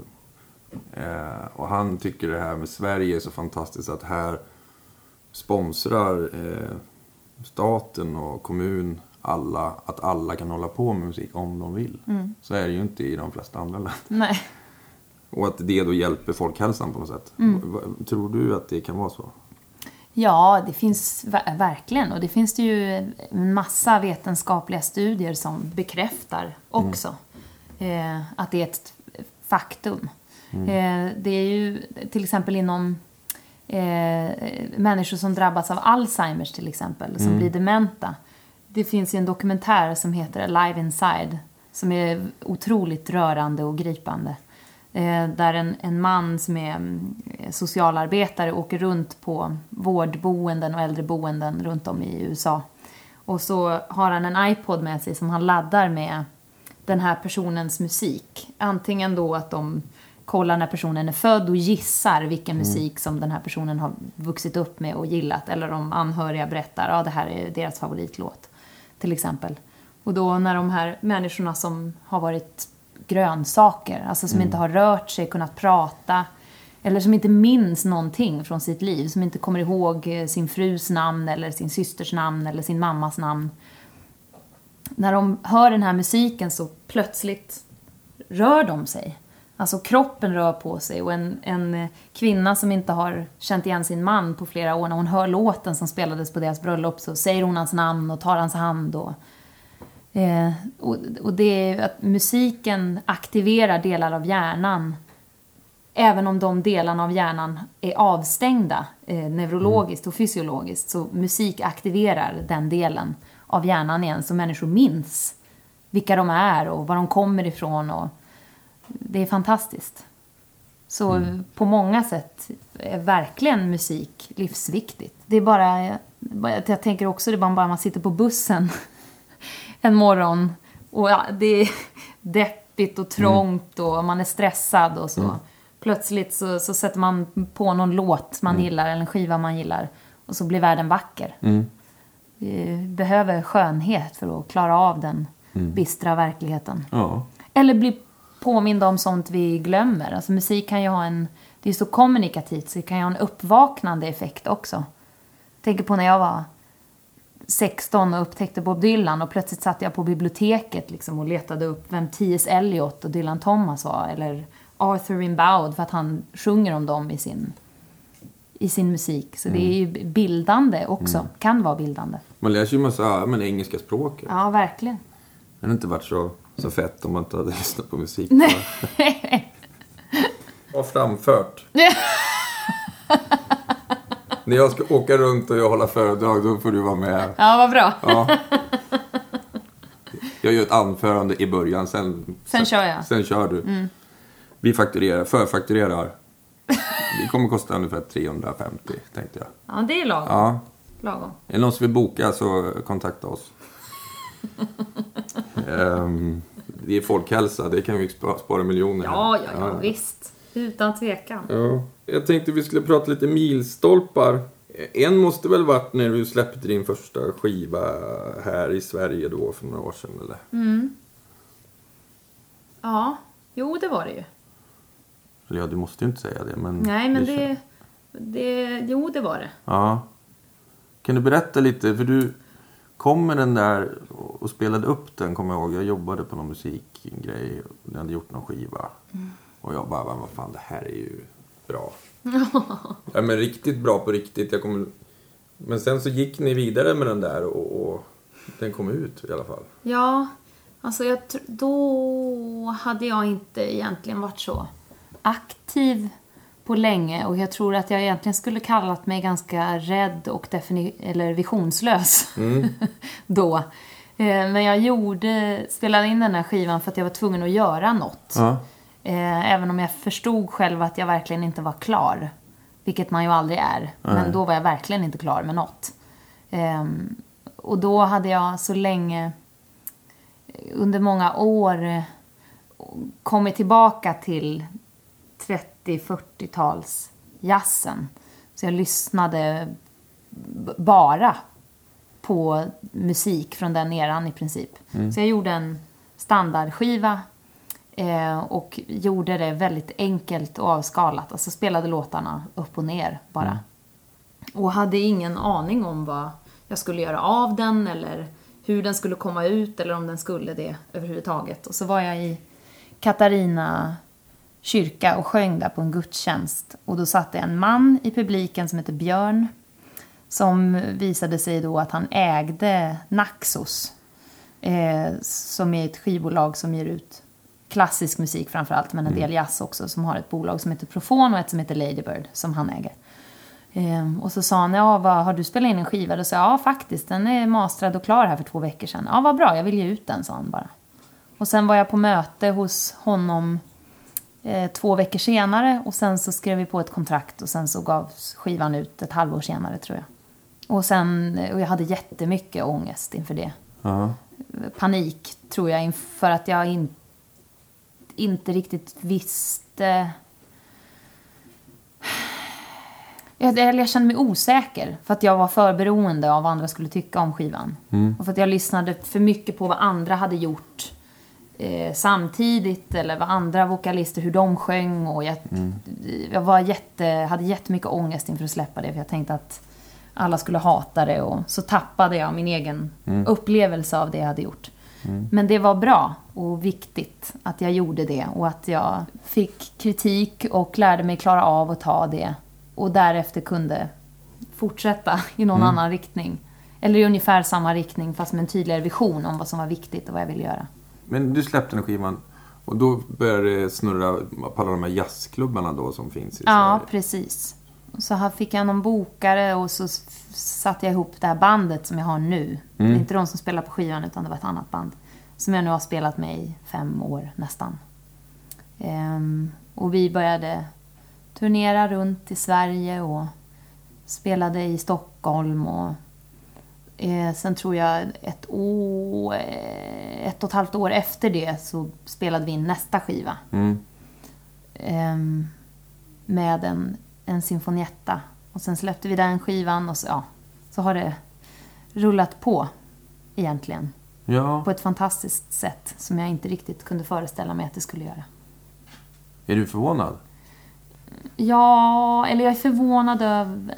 Och han tycker det här med Sverige är så fantastiskt att här sponsrar staten och kommun att alla kan hålla på med musik om de vill. Så är det ju inte i de flesta andra länder. Nej. Och att det då hjälper folkhälsan på något sätt. Tror du att det kan vara så? Ja, det finns verkligen. Och det finns det ju en massa vetenskapliga studier som bekräftar också. Att det är ett faktum. Det är ju till exempel inom människor som drabbas av Alzheimers till exempel. Som blir dementa. Det finns ju en dokumentär som heter Alive Inside. Som är otroligt rörande och gripande. Där en man som är socialarbetare åker runt på vårdboenden och äldreboenden runt om i USA. Och så har han en iPod med sig som han laddar med den här personens musik. Antingen då att de kollar när personen är född och gissar vilken musik som den här personen har vuxit upp med och gillat. Eller om anhöriga berättar, det här är deras favoritlåt till exempel. Och då när de här människorna som har varit grönsaker, alltså som inte har rört sig, kunnat prata, eller som inte minns någonting från sitt liv, som inte kommer ihåg sin frus namn eller sin systers namn eller sin mammas namn. När de hör den här musiken så plötsligt rör de sig. Alltså kroppen rör på sig, och en kvinna som inte har känt igen sin man på flera år, när hon hör låten som spelades på deras bröllop så säger hon hans namn och tar hans hand och det är att musiken aktiverar delar av hjärnan, även om de delarna av hjärnan är avstängda neurologiskt och fysiologiskt, så musik aktiverar den delen av hjärnan igen, så människor minns vilka de är och var de kommer ifrån, och det är fantastiskt. Så på många sätt är verkligen musik livsviktigt. Det är bara, jag tänker också, det är bara man sitter på bussen en morgon och det är deppigt och trångt och man är stressad och så. Plötsligt så sätter man på någon låt man gillar eller en skiva man gillar, och så blir världen vacker. Vi behöver skönhet för att klara av den bistra verkligheten. Ja. Eller bli påminda om sånt vi glömmer. Alltså musik kan ju ha det är så kommunikativt, så det kan ju ha en uppvaknande effekt också. Jag tänker på när jag var 16 och upptäckte Bob Dylan, och plötsligt satt jag på biblioteket liksom och letade upp vem T.S. Eliot och Dylan Thomas var, eller Arthur Rimbaud, för att han sjunger om dem i sin musik. Så det är ju bildande också, kan vara bildande. Man läser ju massa engelska språket. Ja, verkligen. Det hade inte varit så fett om man inte hade lyssnat på musik. Nej. Och framfört. När jag ska åka runt och jag håller föredrag, då får du vara med. Ja, vad bra. Ja. Jag gör ett anförande i början, sen kör jag. Sen kör du. Vi förfakturerar. Det kommer kosta ungefär 350, tänkte jag. Ja, det är lagom. Ja. Lagom. Är det någon som vill boka, så kontakta oss. Det är folkhälsa, det kan vi spara miljoner. Ja, visst. Utan tvekan. Ja. Jag tänkte vi skulle prata lite milstolpar. En måste väl varit när du släppte din första skiva här i Sverige då för några år sedan, eller? Ja, jo det var det ju. Ja, du måste ju inte säga det, men... Nej, men det var det. Ja. Kan du berätta lite, för du kom med den där och spelade upp den, kommer jag ihåg. Jag jobbade på någon musikgrej, jag hade gjort någon skiva. Och jag bara, vad fan, det här är ju bra. Ja, men riktigt bra på riktigt. Men sen så gick ni vidare med den där och den kom ut i alla fall. Ja, alltså då hade jag inte egentligen varit så aktiv på länge, och jag tror att jag egentligen skulle kallat mig ganska rädd och eller visionslös då. Men jag spelade in den här skivan för att jag var tvungen att göra något. Ja. Även om jag förstod själv att jag verkligen inte var klar, vilket man ju aldrig är. Men då var jag verkligen inte klar med något. Och då hade jag så länge, under många år, kommit tillbaka till 30-40-tals jazzen. Så jag lyssnade bara på musik från den eran i princip. Så jag gjorde en standardskiva och gjorde det väldigt enkelt och avskalat. Alltså spelade låtarna upp och ner bara. Och hade ingen aning om vad jag skulle göra av den, eller hur den skulle komma ut, eller om den skulle det överhuvudtaget. Och så var jag i Katarina kyrka och sjöng där på en gudstjänst. Och då satt det en man i publiken som heter Björn. Som visade sig då att han ägde Naxos. Som är ett skivbolag som ger ut klassisk musik framförallt, men en del jazz också, som har ett bolag som heter Profon och ett som heter Ladybird som han äger. Och så sa han, har du spelat in en skiva? Då sa jag, ja faktiskt, den är masterad och klar här för 2 veckor sedan. Ja, vad bra, jag vill ge ut den, sa han bara. Och sen var jag på möte hos honom 2 veckor senare, och sen så skrev vi på ett kontrakt och sen så gavs skivan ut ett halvår senare, tror jag. Och jag hade jättemycket ångest inför det. Uh-huh. Panik, tror jag, inför att jag inte riktigt visste. Jag kände mig osäker för att jag var för beroende av vad andra skulle tycka om skivan. Och för att jag lyssnade för mycket på vad andra hade gjort samtidigt, eller vad andra vokalister, hur de sjöng, och jag hade jättemycket ångest inför att släppa det, för jag tänkte att alla skulle hata det, och så tappade jag min egen upplevelse av det jag hade gjort. Men det var bra och viktigt att jag gjorde det, och att jag fick kritik och lärde mig klara av att ta det, och därefter kunde fortsätta i någon annan riktning, eller i ungefär samma riktning fast med en tydligare vision om vad som var viktigt och vad jag ville göra. Men du släppte den skivan och då började det snurra på alla de här jazzklubbarna då som finns i Sverige. Ja, precis. Så här fick jag någon bokare, och så satte jag ihop det här bandet som jag har nu. Det är inte de som spelar på skivan, utan det var ett annat band som jag nu har spelat med i 5 år nästan. Och vi började turnera runt i Sverige och spelade i Stockholm, och sen tror jag 1,5 år efter det så spelade vi in nästa skiva. Med en sinfonietta. Och sen släppte vi den skivan, och så har det rullat på egentligen. Ja. På ett fantastiskt sätt som jag inte riktigt kunde föreställa mig att det skulle göra. Är du förvånad? Ja, eller jag är förvånad över...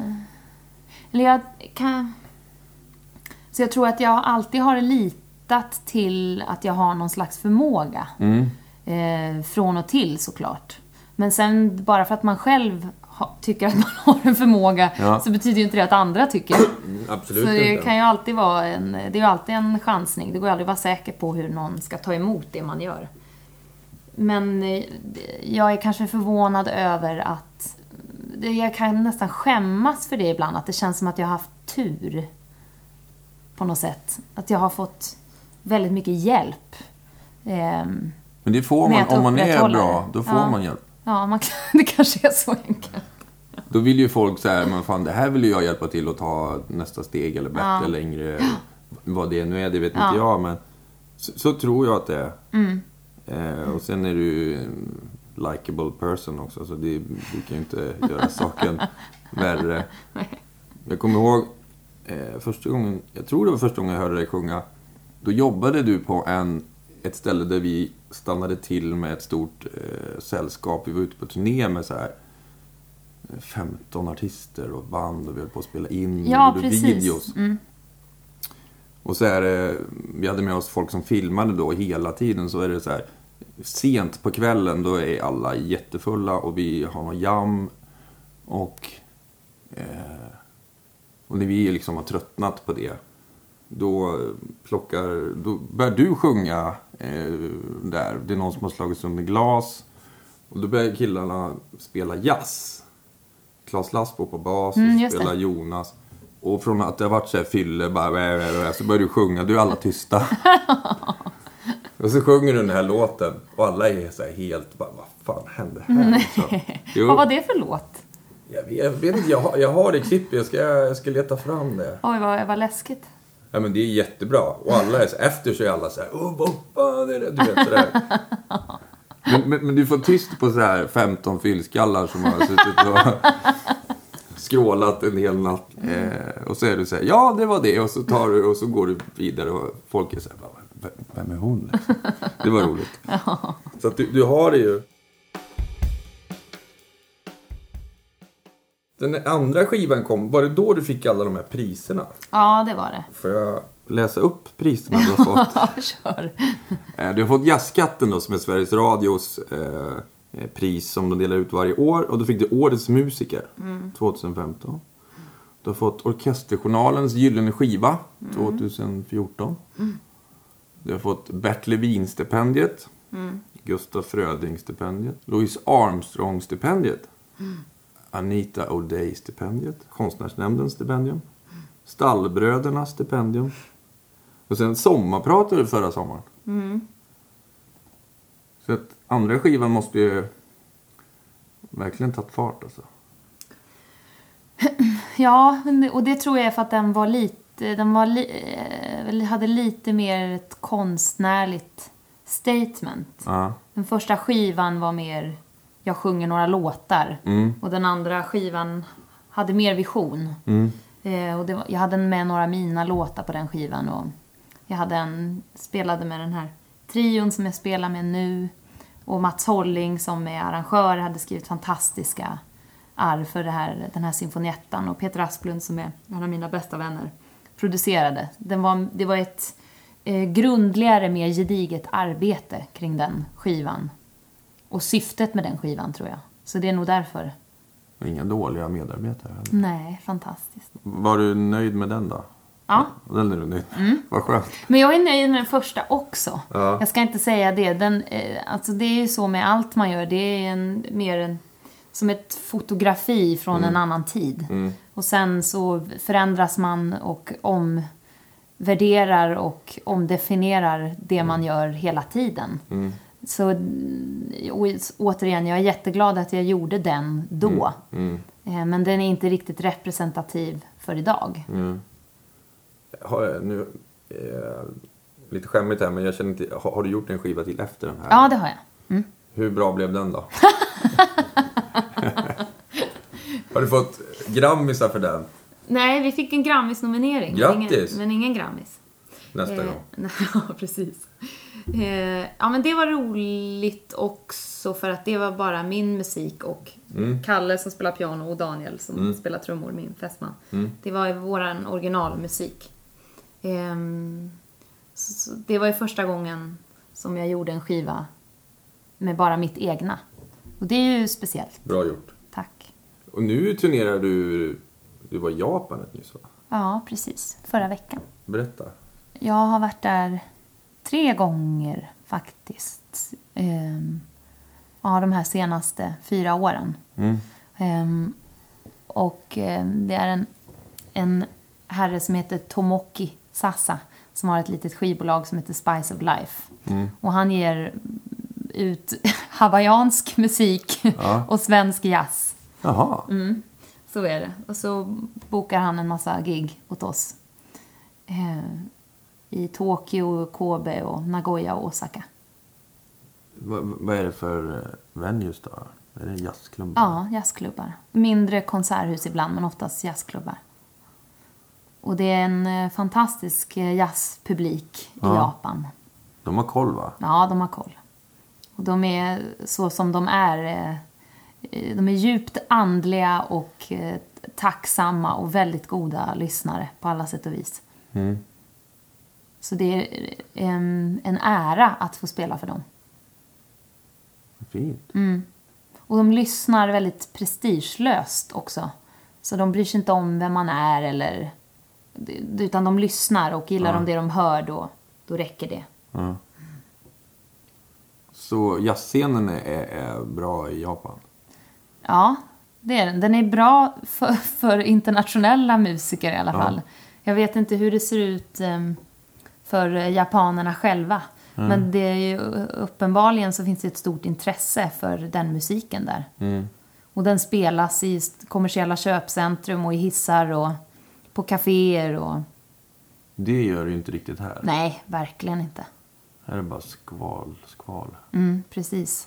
Så jag tror att jag alltid har litat till att jag har någon slags förmåga. Från och till, såklart. Men sen, bara för att man själv tycker att man har en förmåga, så betyder ju inte det att andra tycker. Absolut. Så det inte. kan ju alltid vara det är ju alltid en chansning. Det går aldrig att vara säker på hur någon ska ta emot det man gör. Men jag är kanske förvånad över att... Jag kan nästan skämmas för det ibland. Att det känns som att jag har haft tur. På något sätt. Att jag har fått väldigt mycket hjälp. Men det får man, om man är bra, då får man hjälp. Ja, det kanske är så enkelt. Då vill ju folk säga, men fan, det här vill ju jag hjälpa till att ta nästa steg eller bättre, längre. Vad det nu är, det vet inte jag, men så tror jag att det är. Och sen är du en likable person också, så du kan ju inte göra saken värre. Jag kommer ihåg första gången, jag tror det var första gången jag hörde dig sjunga, då jobbade du på ett ställe där vi stannade till med ett stort sällskap. Vi var ute på turné med så här 15 artister och band, och vi höll på att spela in videos. Och så är det, vi hade med oss folk som filmade då hela tiden, så är det så här sent på kvällen, då är alla jättefulla och vi har någon jam, och när vi liksom har tröttnat på det, då börjar du sjunga där. Det är någon som har slagit sönder glas, och då börjar killarna spela jazz. Klas Lasbo på bas och spela Jonas. Och från att det har varit så här fylle bara, så börjar du sjunga, du är alla tysta. Och så sjunger du den här låten, och alla är så här helt bara, vad fan hände här? Vad var det för låt? Jag vet inte, jag har det klipp, jag ska leta fram det. Oj, vad läskigt. Ja, men det är jättebra. Och alla är så, efter så är alla så här, vad fan är det? Du vet sådär. Men du får tyst på så här 15 fyllskallar som har suttit och skrålat en hel natt. Och så är du så här, ja det var det. Och så tar du, och så går du vidare, och folk är så här, vem är hon? Det var roligt. Så att du har det ju. Den andra skivan kom, var det då du fick alla de här priserna? Ja, det var det. Får jag läsa upp priserna du har fått? Ja, kör. Du har fått Jazzskatten då, som är Sveriges Radios pris som de delar ut varje år. Och då fick du Årets musiker 2015. Du har fått Orkesterjournalens gyllene skiva 2014. Du har fått Bert Levin-stipendiet. Gustaf Fröding-stipendiet. Louis Armstrong-stipendiet. Anita O'Day-stipendiet. Konstnärsnämndens stipendium. Stallbrödernas stipendium. Och sen sommarpratade förra sommaren. Så att andra skivan måste ju verkligen tagit fart alltså. Ja, och det tror jag är för att den hade lite mer ett konstnärligt statement. Ja. Den första skivan var mer, jag sjunger några låtar. Och den andra skivan hade mer vision. Och jag hade med några mina låtar på den skivan. Och jag spelade med den här trion som jag spelar med nu. Och Mats Holling som är arrangör hade skrivit fantastiska arr för den här symfoniettan. Och Peter Asplund som är en av mina bästa vänner producerade. Det var ett grundligare, mer gediget arbete kring den skivan. Och syftet med den skivan tror jag. Så det är nog därför. Inga dåliga medarbetare. Eller? Nej, fantastiskt. Var du nöjd med den då? Ja. Den är du nöjd. Vad skönt. Men jag är nöjd med den första också. Ja. Jag ska inte säga det. Alltså det är ju så med allt man gör. Det är mer som ett fotografi från en annan tid. Och sen så förändras man och omvärderar och omdefinierar det man gör hela tiden. Så återigen, jag är jätteglad att jag gjorde den då. Men den är inte riktigt representativ för idag. Nu, lite skämmigt här, men jag känner inte, har du gjort en skiva till efter den här? Ja, det har jag. Hur bra blev den då? Har du fått Grammisar för den? Nej, vi fick en Grammis-nominering. Grattis! Men ingen Grammis. Nästa gång. Ja, precis. Ja, men det var roligt också för att det var bara min musik och Kalle som spelar piano och Daniel som spelar trummor, min fästman. Det var våran originalmusik. Så det var ju första gången som jag gjorde en skiva med bara mitt egna. Och det är ju speciellt. Bra gjort. Tack. Och nu turnerar du var i Japan ett nyss, va? Ja, precis. Förra veckan. Berätta. Jag har varit där 3 gånger faktiskt. De här senaste 4 åren. Det är en herre som heter Tomoki Sasa som har ett litet skivbolag som heter Spice of Life. Och han ger ut hawaiiansk musik och svensk jazz. Jaha. Så är det. Och så bokar han en massa gig åt oss. I Tokyo, Kobe och Nagoya och Osaka. Vad är det för venues då? Är det jazzklubbar? Ja, jazzklubbar. Mindre konserthus ibland, men oftast jazzklubbar. Och det är en fantastisk jazzpublik i Japan. De har koll, va? Ja, de har koll. Och de är så som de är. De är djupt andliga och tacksamma och väldigt goda lyssnare på alla sätt och vis. Så det är en ära att få spela för dem. Fint. Och de lyssnar väldigt prestigelöst också. Så de bryr sig inte om vem man är utan de lyssnar och gillar de det de hör då räcker det. Så jazzscenen är bra i Japan? Ja, det är den. Den är bra för internationella musiker i alla fall. Jag vet inte hur det ser ut för japanerna själva. Men det är ju, uppenbarligen så finns det ett stort intresse för den musiken där. Och den spelas i kommersiella köpcentrum och i hissar och på kaféer och... Det gör det ju inte riktigt här. Nej, verkligen inte. Här är det bara skval. Precis.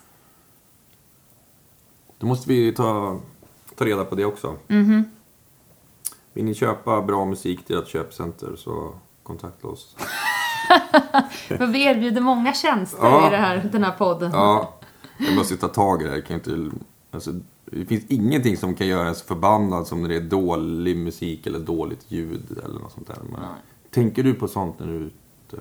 Då måste vi ta reda på det också. Vill ni köpa bra musik till ett köpcenter så kontakta oss. För vi erbjuder många tjänster i den här podden. Ja, jag måste ta tag i det här. Det finns ingenting som kan göra en så förbannad som när det är dålig musik eller dåligt ljud eller något sånt där. Men tänker du på sånt när du är ute?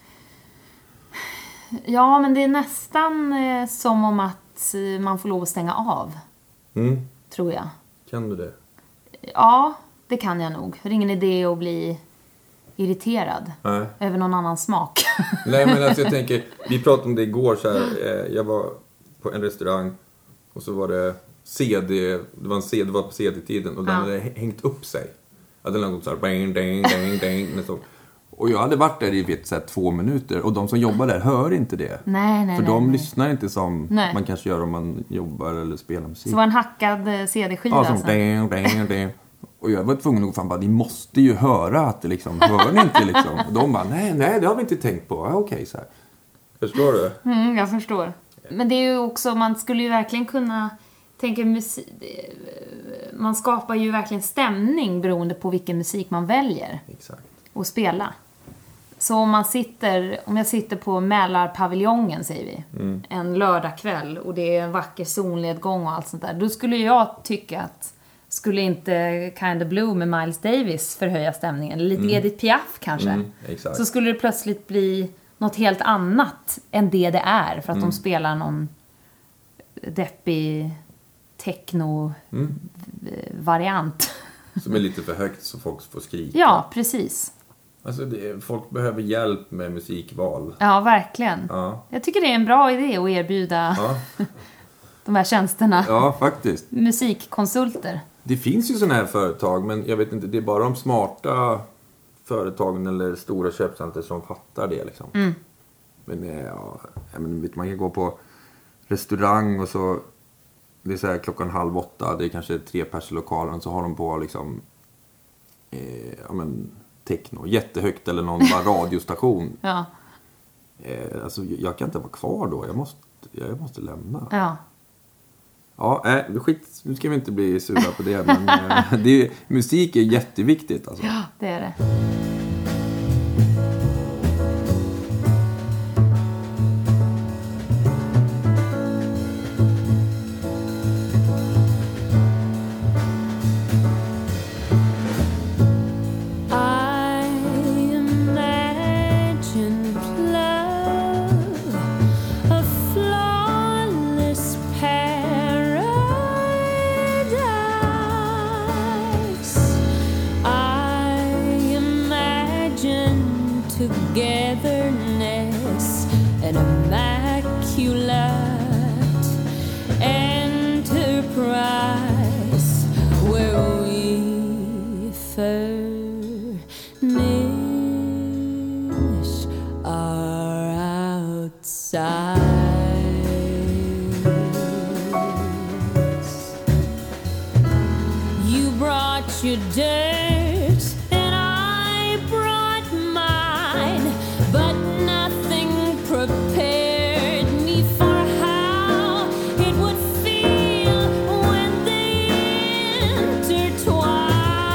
Ja, men det är nästan som om att man får lov att stänga av. Tror jag. Kan du det? Ja, det kan jag nog. Det är ingen idé att bli irriterad över någon annan smak. Nej, men alltså jag tänker, vi pratade om det igår så här, jag var på en restaurang och så var det CD, det var på CD-tiden och den hade hängt upp sig. Ja, den hade gått så här, bang, dang, dang, dang, och jag hade varit där i 2 minuter och de som jobbar där hör inte det. Nej. För de lyssnar inte som man kanske gör om man jobbar eller spelar musik. Så var en hackad CD-skiva. Ja, som dang, dang, dang. Och jag var tvungen att bara, ni måste ju höra att det liksom, hör ni inte liksom? Och de bara, nej, det har vi inte tänkt på. Okej, så här. Förstår du? Jag förstår. Men det är ju också, man skulle ju verkligen kunna tänka musik. Man skapar ju verkligen stämning beroende på vilken musik man väljer. Exakt. Och spela. Så om jag sitter på Mälarpaviljongen, säger vi, en lördagkväll och det är en vacker solnedgång och allt sånt där, då skulle jag tycka att skulle inte Kind of Blue med Miles Davis förhöja stämningen, lite Edith Piaf kanske, exakt. så skulle det plötsligt bli något helt annat än det är, för att de spelar någon deppig techno-variant. Som är lite för högt så folk får skrika. Ja, precis. Alltså folk behöver hjälp med musikval. Ja, verkligen. Ja. Jag tycker det är en bra idé att erbjuda de här tjänsterna. Ja, faktiskt. Musikkonsulter. Det finns ju sådana här företag, men jag vet inte, det är bara de smarta företagen eller stora köpcenter som fattar det liksom. Men man kan gå på restaurang och så, det är så här 7:30, det är kanske 3 pers i lokalen, så har de på liksom techno, jättehögt eller någon bara radiostation. Ja. Alltså jag kan inte vara kvar då, jag måste lämna. Ja. Ja, skit, nu ska vi inte bli sura på det, men musik är jätteviktigt alltså. Ja, det är det. Togetherness and immaculate enterprise where we furnish our outsides. You brought your dirt and I brought mine, but nothing prepared me for how it would feel when they intertwine.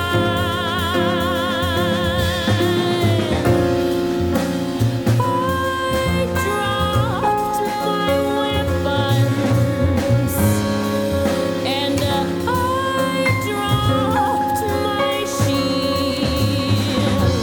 I dropped my weapons and I dropped my shield.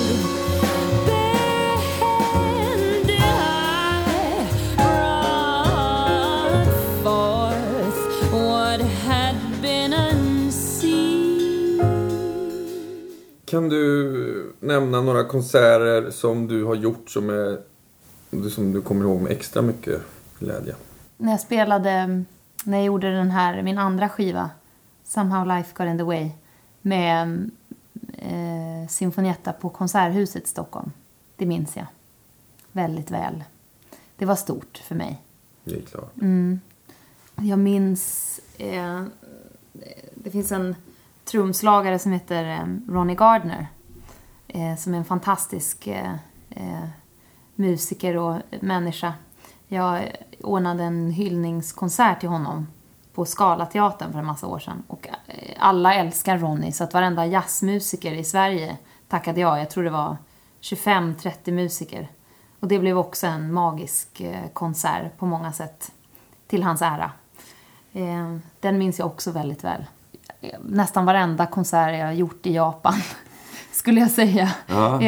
Barehanded I brought forth what had been unseen. Kan du nämna några konserter som du har gjort som du kommer ihåg med extra mycket glädje? När jag gjorde min andra skiva, Somehow Life Got in the Way, med Sinfonietta på Konserthuset i Stockholm. Det minns jag väldigt väl. Det var stort för mig. Det är klart. Jag minns det finns en trumslagare som heter Ronnie Gardner, som är en fantastisk musiker och människa. Jag ordnade en hyllningskonsert till honom på Scalateatern för en massa år sedan. Och alla älskar Ronnie, så att varenda jazzmusiker i Sverige tackade jag. Jag tror det var 25-30 musiker. Och det blev också en magisk konsert på många sätt till hans ära. Den minns jag också väldigt väl. Nästan varenda konsert jag har gjort i Japan skulle jag säga. Ja.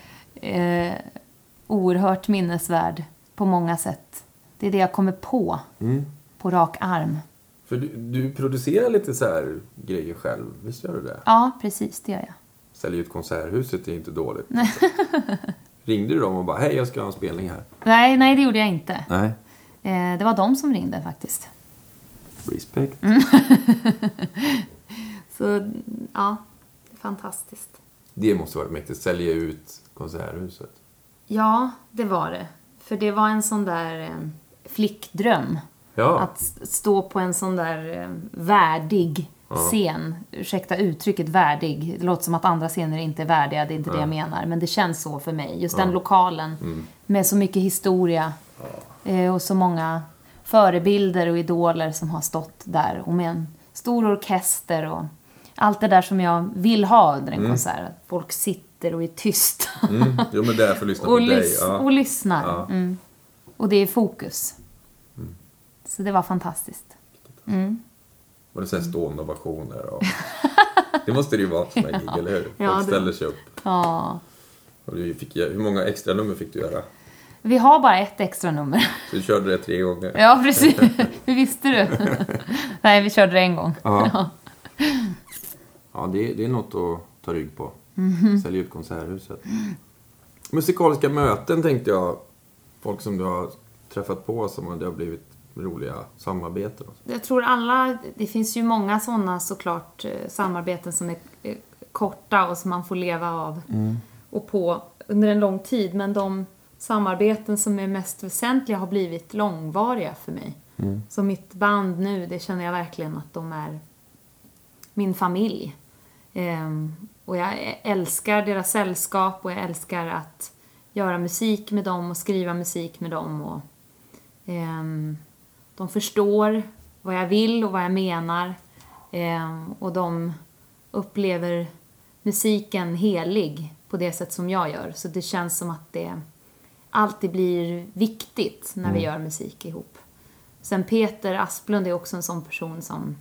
Oerhört minnesvärd på många sätt. Det är det jag kommer på rak arm. För du producerar lite så här grejer själv, visst gör du det? Ja, precis, det gör jag. Säljer ut konserthuset är inte dåligt. Ringde du dem och bara, hej jag ska ha en spelning här? Nej, det gjorde jag inte. Nej. Det var de som ringde faktiskt. Respekt. Så, ja, fantastiskt. Det måste vara mäktigt, sälja ut konserthuset. Ja, det var det. För det var en sån där flickdröm. Ja. Att stå på en sån där värdig scen. Ursäkta uttrycket värdig. Det låter som att andra scener inte är värdiga. Det är inte det jag menar. Men det känns så för mig. Just den lokalen. Med så mycket historia. Och så många förebilder och idoler som har stått där. Och med en stor orkester. Och allt det där som jag vill ha under en konsert. Att folk sitter och är tysta. Jo, men därför lyssna på dig. Ja. Och lyssnar. Ja. Och det är fokus. Så det var fantastiskt. Och det är stående ovationer. Och... det måste det ju vara som en gig, eller hur? Ja, Folk ställer sig upp. Ja. Och hur många extra nummer fick du göra? Vi har bara ett extra nummer. Så du körde det 3 gånger? Ja, precis. Hur visste du? Nej, vi körde det en gång. Ja, ja det är något att ta rygg på. Sälja ut konserthuset. Musikaliska möten tänkte jag. Folk som du har träffat på som det har blivit roliga samarbeten. Jag tror det finns ju många sådana såklart samarbeten som är korta och som man får leva av och på under en lång tid. Men de samarbeten som är mest väsentliga har blivit långvariga för mig. Så mitt band nu, det känner jag verkligen att de är min familj. Och jag älskar deras sällskap och jag älskar att göra musik med dem och skriva musik med dem. Och de förstår vad jag vill och vad jag menar. Och de upplever musiken helig på det sätt som jag gör. Så det känns som att det alltid blir viktigt när vi gör musik ihop. Sen Peter Asplund är också en sån person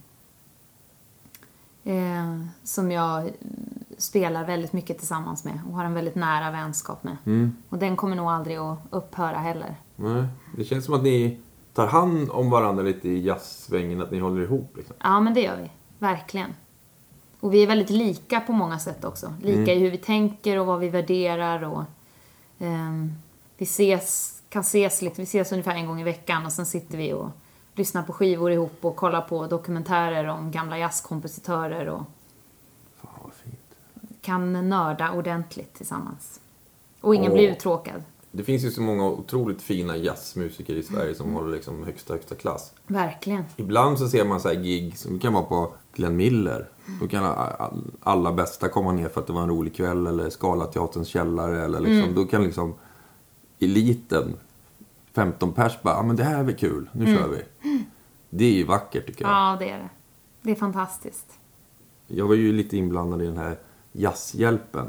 som jag spelar väldigt mycket tillsammans med och har en väldigt nära vänskap med. Och den kommer nog aldrig att upphöra heller. Nej, det känns som att ni tar hand om varandra lite i jazzsvängen, att ni håller ihop liksom. Ja, men det gör vi. Verkligen. Och vi är väldigt lika på många sätt också. Lika i hur vi tänker och vad vi värderar. Och vi ses ungefär en gång i veckan och sen sitter vi och lyssnar på skivor ihop och kollar på dokumentärer om gamla jazzkompositörer och Fan vad fint. kan nörda ordentligt tillsammans. Och ingen blir uttråkad. Det finns ju så många otroligt fina jazzmusiker i Sverige som håller liksom högsta klass. Verkligen. Ibland så ser man så här gig som kan vara på Glenn Miller. Då kan alla bästa komma ner för att det var en rolig kväll eller Scalateaterns källare eller liksom, då kan liksom eliten 15 pers bara, men det här är väl kul, nu kör vi. Det är ju vackert tycker jag. Ja, det är det. Det är fantastiskt. Jag var ju lite inblandad i den här jazzhjälpen.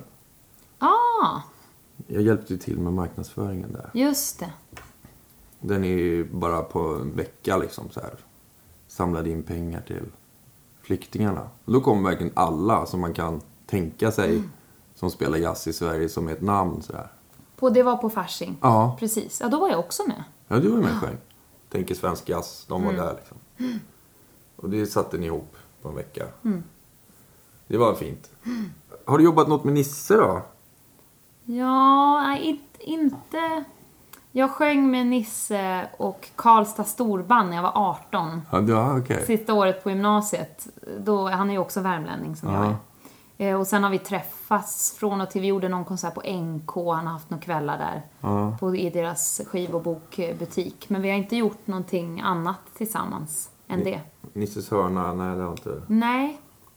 Jag hjälpte ju till med marknadsföringen där. Just det. Den är ju bara på en vecka liksom så här. Samlade in pengar till flyktingarna. Och då kommer verkligen alla som man kan tänka sig som spelar jazz i Sverige som ett namn så här. Det var på Fasching. Ja. Precis. Ja, då var jag också med. Ja, du var med själv. Tänker svensk jazz, de var där liksom. Och det satte ni ihop på en vecka. Det var fint. Har du jobbat något med Nisse då? Ja, nej, inte. Jag sjöng med Nisse och Karlstad storband när jag var 18. Ja, okej. Sista året på gymnasiet. Han är ju också värmlänning som jag är. Och sen har vi träffats från och till. Vi gjorde någon konsert på NK. Han har haft några kvällar där. I deras skiv- och bokbutik. Men vi har inte gjort någonting annat tillsammans än det. Nisses hörna, nej det har inte. Nej.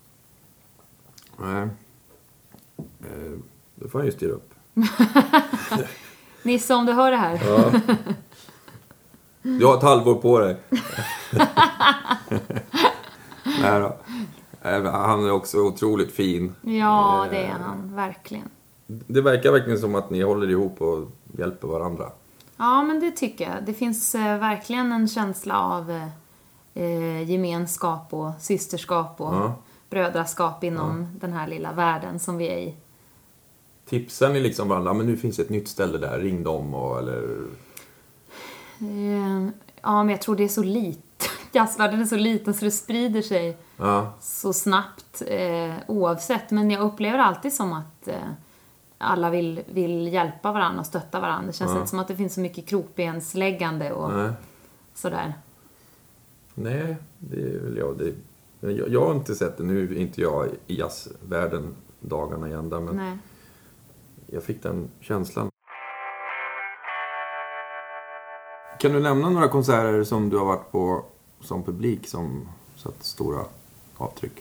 Nej. Då får jag ju styra upp. Nisse, om du hör det här. Ja. Du har ett halvår på dig. Nej då. Han är också otroligt fin. Ja, det är han. Verkligen. Det verkar verkligen som att ni håller ihop och hjälper varandra. Ja, men det tycker jag. Det finns verkligen en känsla av gemenskap och systerskap och brödraskap inom den här lilla världen som vi är i. Tipsar ni liksom varandra, men nu finns ett nytt ställe där, ring dem eller... Ja, men jag tror det är så lite jazzvärlden är så liten så det sprider sig så snabbt oavsett. Men jag upplever alltid som att alla vill hjälpa varandra och stötta varandra. Det känns inte som att det finns så mycket krokbensläggande och sådär. Nej, det är väl jag har inte sett det. Nu är inte jag i jazzvärlden dagarna igen där, men jag fick den känslan. Kan du nämna några konserter som du har varit på som publik som satt stora avtryck?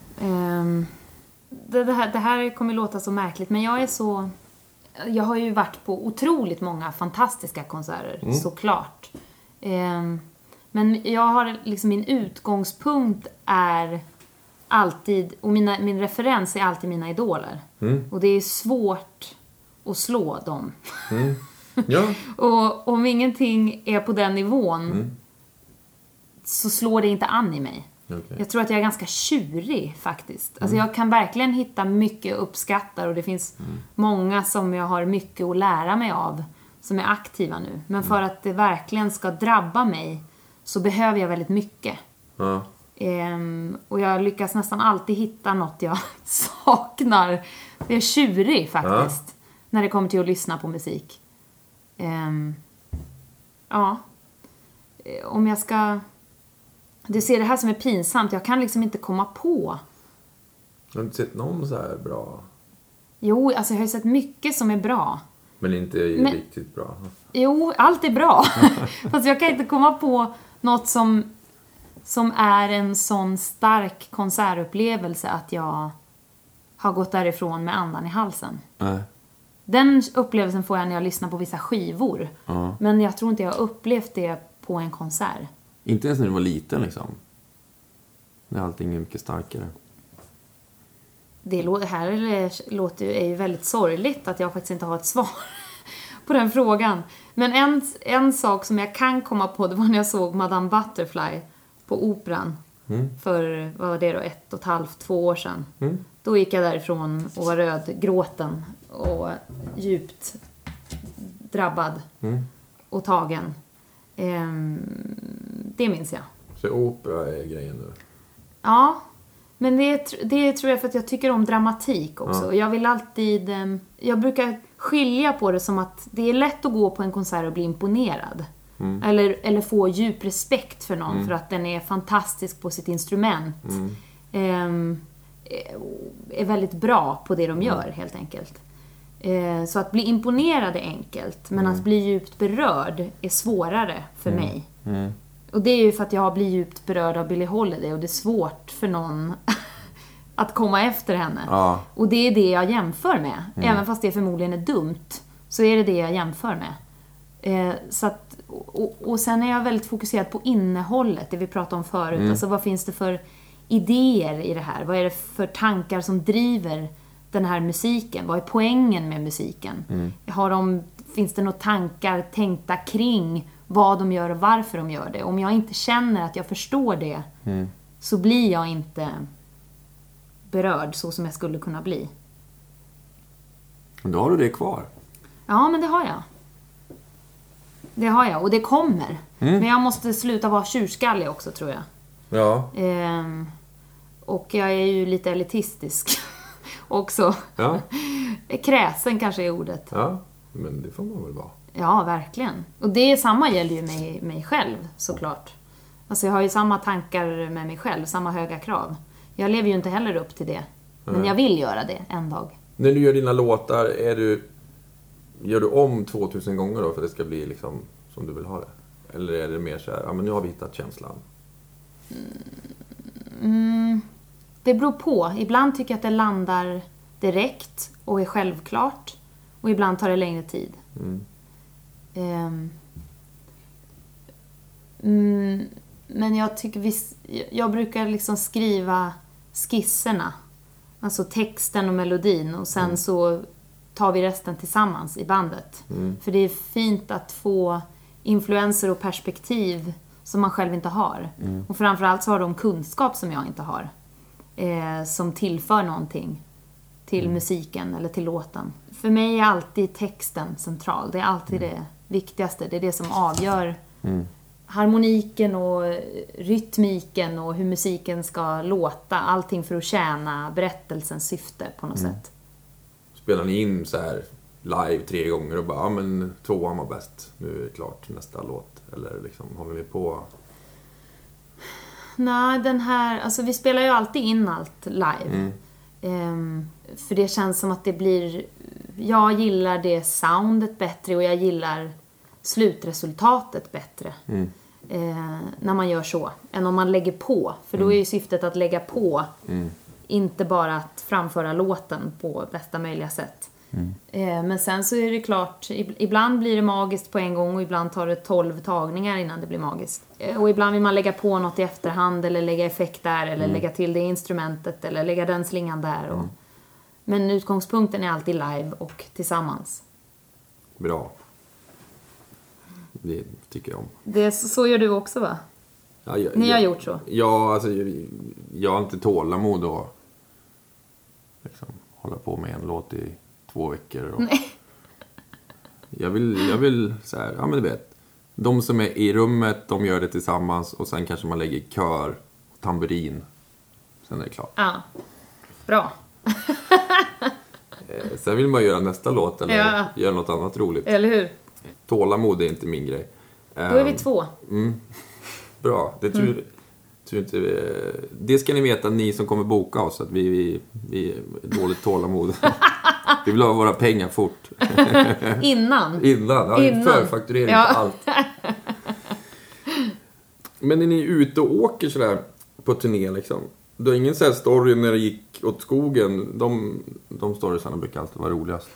Det här kommer låta så märkligt, men jag har ju varit på otroligt många fantastiska konserter, såklart. Men jag har liksom, min utgångspunkt är alltid, och min referens är alltid mina idoler. Och det är svårt att slå dem. Ja. Och om ingenting är på den nivån så slår det inte an i mig. Okay. Jag tror att jag är ganska tjurig faktiskt. Alltså jag kan verkligen hitta mycket uppskattar, och det finns många som jag har mycket att lära mig av som är aktiva nu. Men för att det verkligen ska drabba mig så behöver jag väldigt mycket. Och jag lyckas nästan alltid hitta något jag saknar. Jag är tjurig faktiskt när det kommer till att lyssna på musik. Om jag ska... Du ser det här som är pinsamt. Jag kan liksom inte komma på. Har du inte sett någon så här bra? Jo, alltså jag har ju sett mycket som är bra. Men inte riktigt bra. Jo, allt är bra. Fast jag kan inte komma på något som är en sån stark konsertupplevelse att jag har gått därifrån med andan i halsen. Nej. Den upplevelsen får jag när jag lyssnar på vissa skivor. Men jag tror inte jag har upplevt det på en konsert. Inte ens när du var liten liksom. När allting är mycket starkare. Det här är ju väldigt sorgligt att jag faktiskt inte har ett svar på den frågan. Men en sak som jag kan komma på, det var när jag såg Madame Butterfly på Operan. För, vad var det då, 1,5-2 år sedan. Då gick jag därifrån och var rödgråten och djupt drabbad och tagen. Det minns jag. Så opera är grejen nu? Ja, men det tror jag för att jag tycker om dramatik också. Jag vill alltid... Jag brukar skilja på det som att det är lätt att gå på en konsert och bli imponerad. Eller få djup respekt för någon för att den är fantastisk på sitt instrument. Är väldigt bra på det de gör, helt enkelt. Så att bli imponerad är enkelt, men att bli djupt berörd är svårare för mig. Och det är ju för att jag blir djupt berörd av Billie Holiday, och det är svårt för någon att komma efter henne. Och det är det jag jämför med. Även fast det förmodligen är dumt, så är det jag jämför med. Så att, och sen är jag väldigt fokuserad på innehållet, det vi pratade om förut. Alltså vad finns det för idéer i det här? Vad är det för tankar som driver den här musiken? Vad är poängen med musiken? Finns det några tankar tänkta kring vad de gör och varför de gör det? Om jag inte känner att jag förstår det, så blir jag inte berörd så som jag skulle kunna bli. Då har du det kvar. Ja, men det har jag. Det har jag, och det kommer. Men jag måste sluta vara tjurskallig också, tror jag. Ja. Och jag är ju lite elitistisk också. Ja. Kräsen kanske är ordet. Ja, men det får man väl vara. Ja, verkligen. Och det är samma gäller ju mig själv, såklart. Alltså jag har ju samma tankar med mig själv, samma höga krav. Jag lever ju inte heller upp till det. Men jag vill göra det en dag. När du gör dina låtar, gör du om 2000 gånger då för att det ska bli liksom som du vill ha det? Eller är det mer så här, ja men nu har vi hittat känslan? Det beror på. Ibland tycker jag att det landar direkt och är självklart. Och ibland tar det längre tid. Men jag tycker jag brukar liksom skriva skisserna. Alltså texten och melodin. Och sen så tar vi resten tillsammans i bandet. För det är fint att få influenser och perspektiv som man själv inte har. Och framförallt så har de kunskap som jag inte har. Som tillför någonting till musiken eller till låten. För mig är alltid texten central. Det är alltid det viktigaste. Det är det som avgör harmoniken och rytmiken och hur musiken ska låta. Allting för att tjäna berättelsens syfte på något sätt. Spelar ni in så här live 3 gånger och bara, ja men 2 var bäst, nu är det klart nästa låt? Eller liksom, håller ni på? Nej, den här, alltså vi spelar ju alltid in allt live. För det känns som att det blir, jag gillar det soundet bättre och jag gillar slutresultatet bättre. När man gör så, än om man lägger på. För då är ju syftet att lägga på, inte bara att framföra låten på bästa möjliga sätt. Men sen så är det klart, ibland blir det magiskt på en gång och ibland tar det 12 tagningar innan det blir magiskt. Och ibland vill man lägga på något i efterhand eller lägga effekt där eller lägga till det instrumentet eller lägga den slingan där. Men utgångspunkten är alltid live och tillsammans. Bra. Det tycker jag om. Så gör du också, va? Ja, Ni har gjort så? Ja, alltså jag har inte tålamod att liksom hålla på med en låt i 2 veckor. Och Nej. Jag vill så här, ja men du vet. De som är i rummet, de gör det tillsammans och sen kanske man lägger kör och tamburin. Sen är det klart. Ja, bra. Sen vill man göra nästa låt eller göra något annat roligt. Eller hur? Tålamod är inte min grej. Då är vi 2. Bra, det tror inte. Det ska ni veta, ni som kommer boka oss, att vi är dåligt tålamod. Vi vill ha våra pengar fort. Innan. Förfakturering på allt. Men när ni är ute och åker sådär på turné liksom, du har ingen sån här story när det gick åt skogen? De storiesarna brukar alltid vara roligast.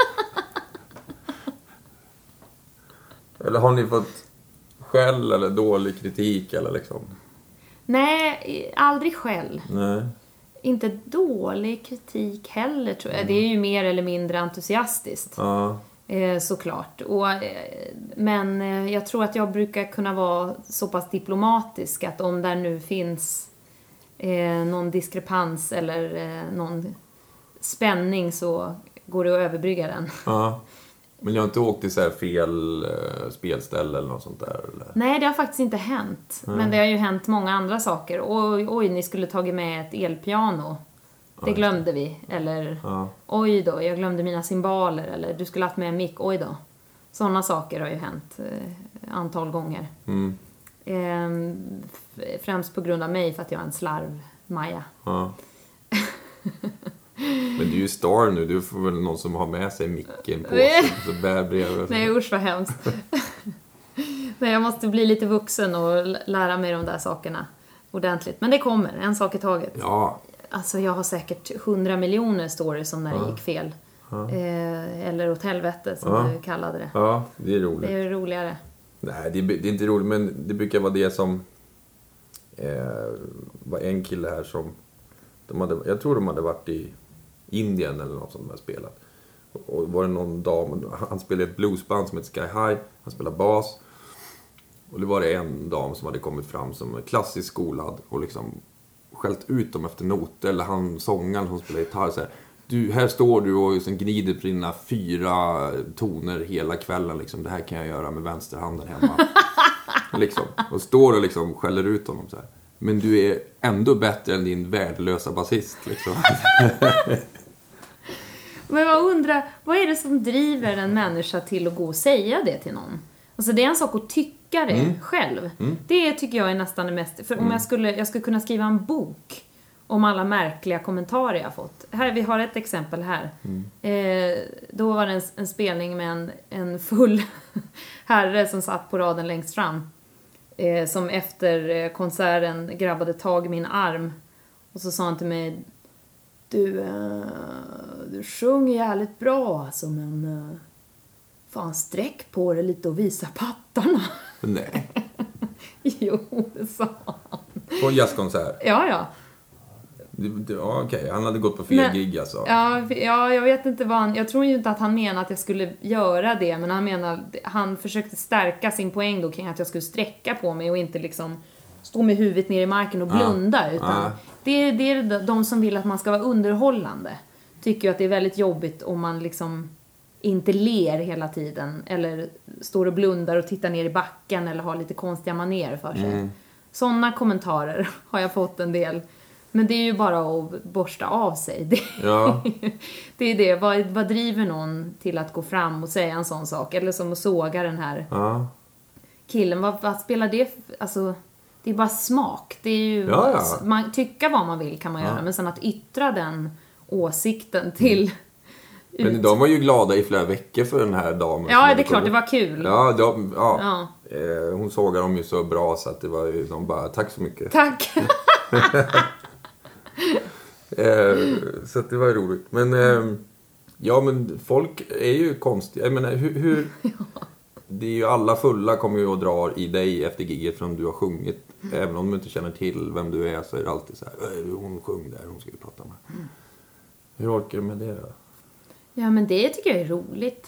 Eller har ni fått skäll eller dålig kritik eller liksom? Nej, aldrig skäll. Nej. Inte dålig kritik heller, tror jag. Det är ju mer eller mindre entusiastiskt. Ja. Såklart. Men jag tror att jag brukar kunna vara så pass diplomatisk att om där nu finns någon diskrepans eller någon spänning så går det att överbrygga den. Ja. Men jag har inte åkt till så här fel spelställe eller något sånt där? Eller? Nej, det har faktiskt inte hänt. Men det har ju hänt många andra saker. Oj, ni skulle tagit med ett elpiano. Det glömde vi. Eller, oj då, jag glömde mina cymbaler. Eller, du skulle haft med en mick. Oj då. Sådana saker har ju hänt antal gånger. Främst på grund av mig, för att jag är en slarv-Maja. Ja. Men du är ju star nu, du får väl någon som har med sig micken på sig, så bär bredvid. Nej, usch vad hemskt. Nej, jag måste bli lite vuxen och lära mig de där sakerna ordentligt. Men det kommer, en sak i taget. Ja. Alltså jag har säkert 100 miljoner stories om när det gick fel. Eller åt helvete som du kallade det. Ja, det är roligt. Det är roligare. Nej, det är inte roligt, men det brukar vara det som var en kille här som jag tror de hade varit i Indien eller något som de hade spelat. Och var det någon dam, han spelade ett bluesband som heter Sky High, han spelade bas. Och det var det en dam som hade kommit fram som klassiskt skolad och liksom skällt ut dem efter noter, eller han sångaren som spelade gitarr så här: du, här står du och liksom gnider på dina 4 toner hela kvällen liksom. Det här kan jag göra med vänsterhanden hemma. Liksom. Och står och liksom skäller ut honom så här. Men du är ändå bättre än din värdelösa basist liksom. Men jag undrar, vad är det som driver en människa till att gå och säga det till någon? Alltså det är en sak att tycka det själv. Det tycker jag är nästan det mest. För om jag skulle kunna skriva en bok om alla märkliga kommentarer jag fått. Här, vi har ett exempel här. Då var det en spelning med en full herre som satt på raden längst fram. Som efter konserten grabbade tag i min arm. Och så sa han till mig: Du sjunger jävligt bra alltså, men fan, sträck på det lite och visa pattarna. Nej. Jo, det sa han. På en jazzkonsert? Ja. Ja, okej. Han hade gått på fel gig alltså. Ja, jag vet inte vad han... Jag tror ju inte att han menade att jag skulle göra det. Men han försökte stärka sin poäng då kring att jag skulle sträcka på mig och inte liksom stå med huvudet ner i marken och blunda. Utan det är de som vill att man ska vara underhållande. Tycker ju att det är väldigt jobbigt om man liksom inte ler hela tiden. Eller står och blundar och tittar ner i backen. Eller har lite konstiga manér för sig. Sådana kommentarer har jag fått en del. Men det är ju bara att borsta av sig. Det är det. Vad driver någon till att gå fram och säga en sån sak? Eller som att såga den här killen. Vad spelar det? Alltså, det är bara smak. Det är ju, man tycka vad man vill kan man göra. Men sen att yttra den åsikten till... Men de var ju glada i flera veckor för den här damen. Ja, det är klart. Det var kul. Hon sågar dem ju så bra så att det var ju de bara, tack så mycket. Tack. Så att det var ju roligt. Men men folk är ju konstiga. Jag menar, hur det är ju alla fulla kommer ju och drar i dig efter giget från du har sjungit. Även om du inte känner till vem du är så är det alltid så här, hon sjöng där, hon ska ju prata med. Hur orkar du med det då? Ja, men det tycker jag är roligt.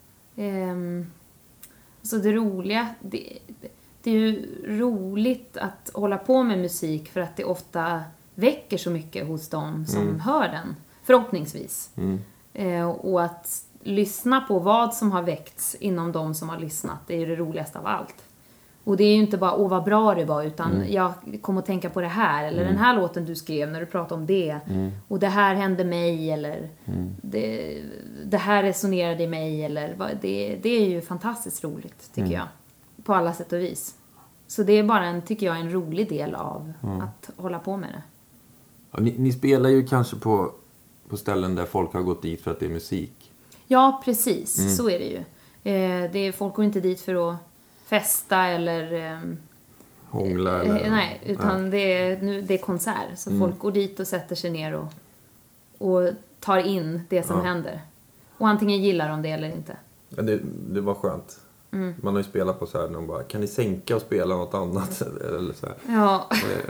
Så det roliga, det är ju roligt att hålla på med musik för att det ofta väcker så mycket hos dem som hör den. Förhoppningsvis. Och att lyssna på vad som har väckts inom de som har lyssnat, det är ju det roligaste av allt. Och det är ju inte bara, vad bra det var, utan jag kom att tänka på det här, eller den här låten du skrev när du pratade om det. Och det här hände mig, eller det här resonerade i mig, eller det är ju fantastiskt roligt, tycker jag. På alla sätt och vis. Så det är bara tycker jag, en rolig del av att hålla på med det. Ja, ni spelar ju kanske på ställen där folk har gått dit för att det är musik. Ja, precis. Så är det ju. Folk går inte dit för att festa eller... hångla eller... Nej, utan det är konsert. Så folk går dit och sätter sig ner och tar in det som händer. Och antingen gillar de det eller inte. Ja, det var skönt. Man har ju spelat på så här, de bara, kan ni sänka och spela något annat? Eller så här. Ja.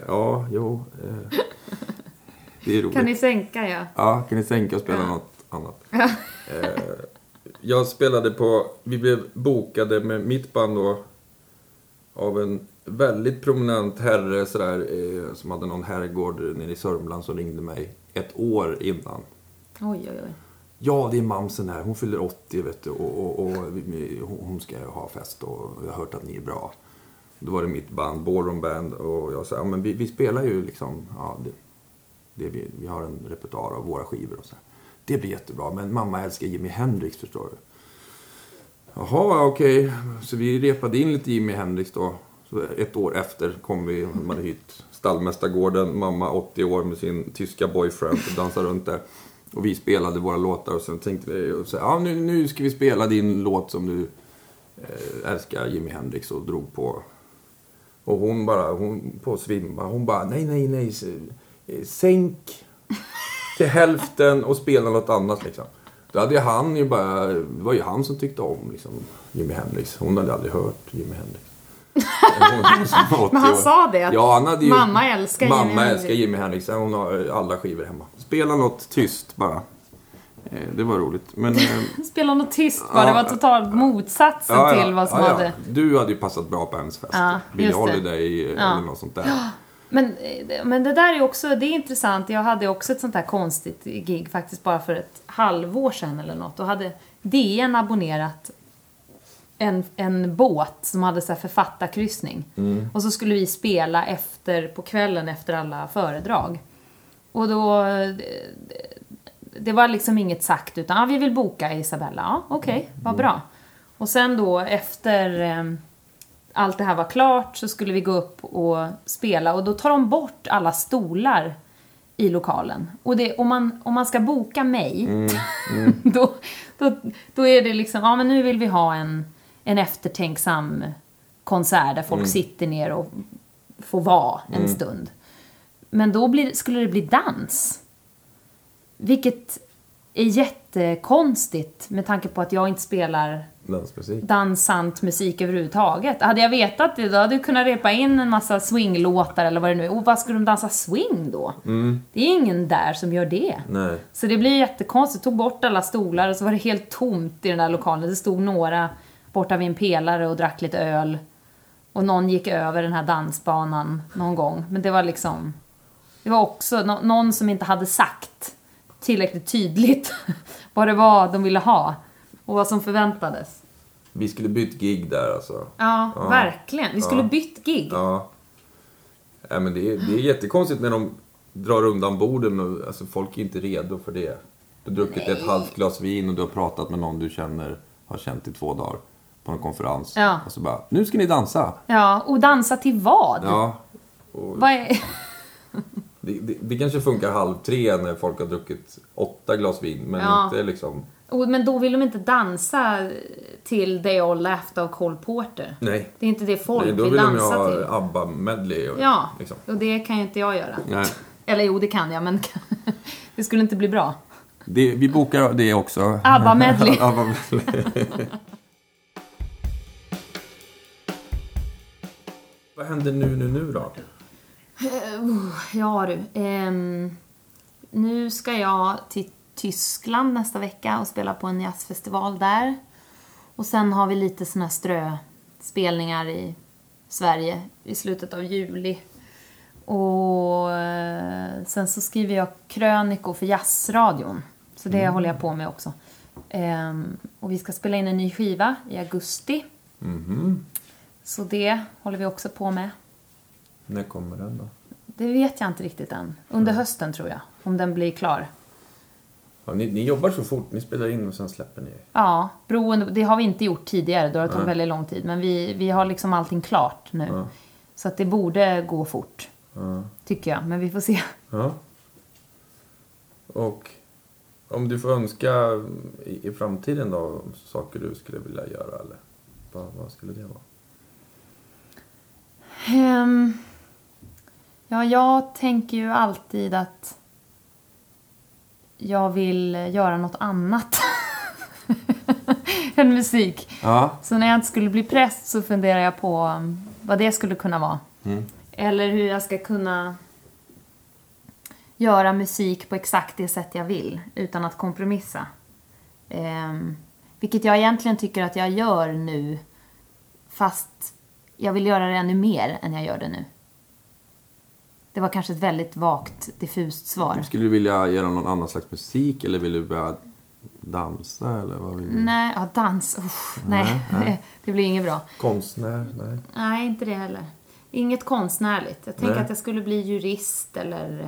Det är roligt. Kan ni sänka, ja. Ja, kan ni sänka och spela något annat? Jag spelade vi blev bokade med mitt band då av en väldigt prominent herre sådär, som hade någon herrgård nere i Sörmland som ringde mig 1 år innan. Oj. Ja, det är mamsen här. Hon fyller 80, vet du. Och hon ska ha fest och jag har hört att ni är bra. Då var det mitt band, Ballroom Band. Och jag sa, men vi spelar ju liksom... Ja, vi har en repertoar av våra skivor och så. Det blir jättebra, men mamma älskar Jimi Hendrix, förstår du. Jaha, okej. Så vi repade in lite Jimi Hendrix då. Så 1 år efter kom vi, man hade hyrt Stallmästargården. Mamma 80 år med sin tyska boyfriend och dansade runt där. Och vi spelade våra låtar och sen tänkte vi så här, nu ska vi spela din låt som du älskar, Jimi Hendrix, och drog på. Och hon på svimma, hon bara nej, sänk till hälften och spela något annat liksom. Då hade han ju bara, det var ju han som tyckte om liksom Jimi Hendrix. Hon hade aldrig hört Jimi Hendrix. Men han sa det att han hade ju, mamma älskar Jimi Hendrix. Hon har alla skivor hemma. Spela något tyst bara. Det var roligt. Men, spela något tyst bara. Det var totalt motsatsen till vad som hade... Du hade ju passat bra på hennes fest. Ja, Billie Holiday eller något sånt där. Ja. Men det där är också, det är intressant. Jag hade också ett sånt här konstigt gig faktiskt bara för ett halvår sedan eller något. Och hade DN abonnerat en båt som hade så här författarkryssning. Och så skulle vi spela på kvällen efter alla föredrag. Och då det var liksom inget sagt, utan vi vill boka Isabella. Ja, okej, vad bra. Och sen då efter allt det här var klart så skulle vi gå upp och spela, och då tar de bort alla stolar i lokalen. Och om man ska boka mig då är det liksom, men nu vill vi ha en eftertänksam konsert där folk sitter ner och får vara en stund. Men då skulle det bli dans. Vilket är jättekonstigt med tanke på att jag inte spelar dansant musik överhuvudtaget. Hade jag vetat det, då hade jag kunnat repa in en massa swinglåtar eller vad det nu är. Och vad skulle de dansa swing då? Det är ingen där som gör det. Nej. Så det blir jättekonstigt. Tog bort alla stolar och så var det helt tomt i den där lokalen. Det stod några borta vid en pelare och drack lite öl. Och någon gick över den här dansbanan någon gång. Men det var liksom... Det var också någon som inte hade sagt tillräckligt tydligt vad det var de ville ha. Och vad som förväntades. Vi skulle bytt gig där alltså. Ja, verkligen. Vi skulle bytt gig. Ja. Ja, men det är jättekonstigt när de drar undan borden och alltså, folk är inte redo för det. Du har druckit ett halvt glas vin och du har pratat med någon du har känt i 2 dagar på en konferens. Ja. Och så bara, nu ska ni dansa. Ja, och dansa till vad? Ja. Och Vad är... det kanske funkar 2:30 när folk har druckit 8 glas vin, men inte liksom... Men då vill de inte dansa till They All Laughed av Cole Porter. Nej. Det är inte det folk då vill vill dansa de till. ju ha ABBA-medley. Ja, liksom. och det kan ju inte jag göra. Nej. Eller jo, det kan jag, men det skulle inte bli bra. Vi bokar det också. ABBA-medley. Vad händer nu då? Ja du. Nu ska jag till Tyskland nästa vecka och spela på en jazzfestival där. Och sen har vi lite såna ströspelningar i Sverige i slutet av juli. Och sen så skriver jag krönikor för jazzradion. Så det håller jag på med också. Och vi ska spela in en ny skiva i augusti. Så det håller vi också på med. När kommer den då? Det vet jag inte riktigt än. Under hösten tror jag. Om den blir klar. Ja, ni jobbar så fort. Ni spelar in och sen släpper ni. Ja, det har vi inte gjort tidigare. Då har det tagit väldigt lång tid. Men vi har liksom allting klart nu. Ja. Så att det borde gå fort. Ja. Tycker jag. Men vi får se. Ja. Och om du får önska i framtiden då, saker du skulle vilja göra, eller vad skulle det vara? Ja, jag tänker ju alltid att jag vill göra något annat än musik. Ja. Så när jag inte skulle bli präst så funderar jag på vad det skulle kunna vara. Eller hur jag ska kunna göra musik på exakt det sätt jag vill utan att kompromissa. Vilket jag egentligen tycker att jag gör nu, fast jag vill göra det ännu mer än jag gör det nu. Det var kanske ett väldigt vagt, diffust svar. Skulle du vilja göra någon annan slags musik, eller vill du börja dansa, eller vad vill du? Nej, ja, dans. Nej. Det blir inget bra. Konstnär? Nej. Nej, inte det heller. Inget konstnärligt. Jag tänker att jag skulle bli jurist eller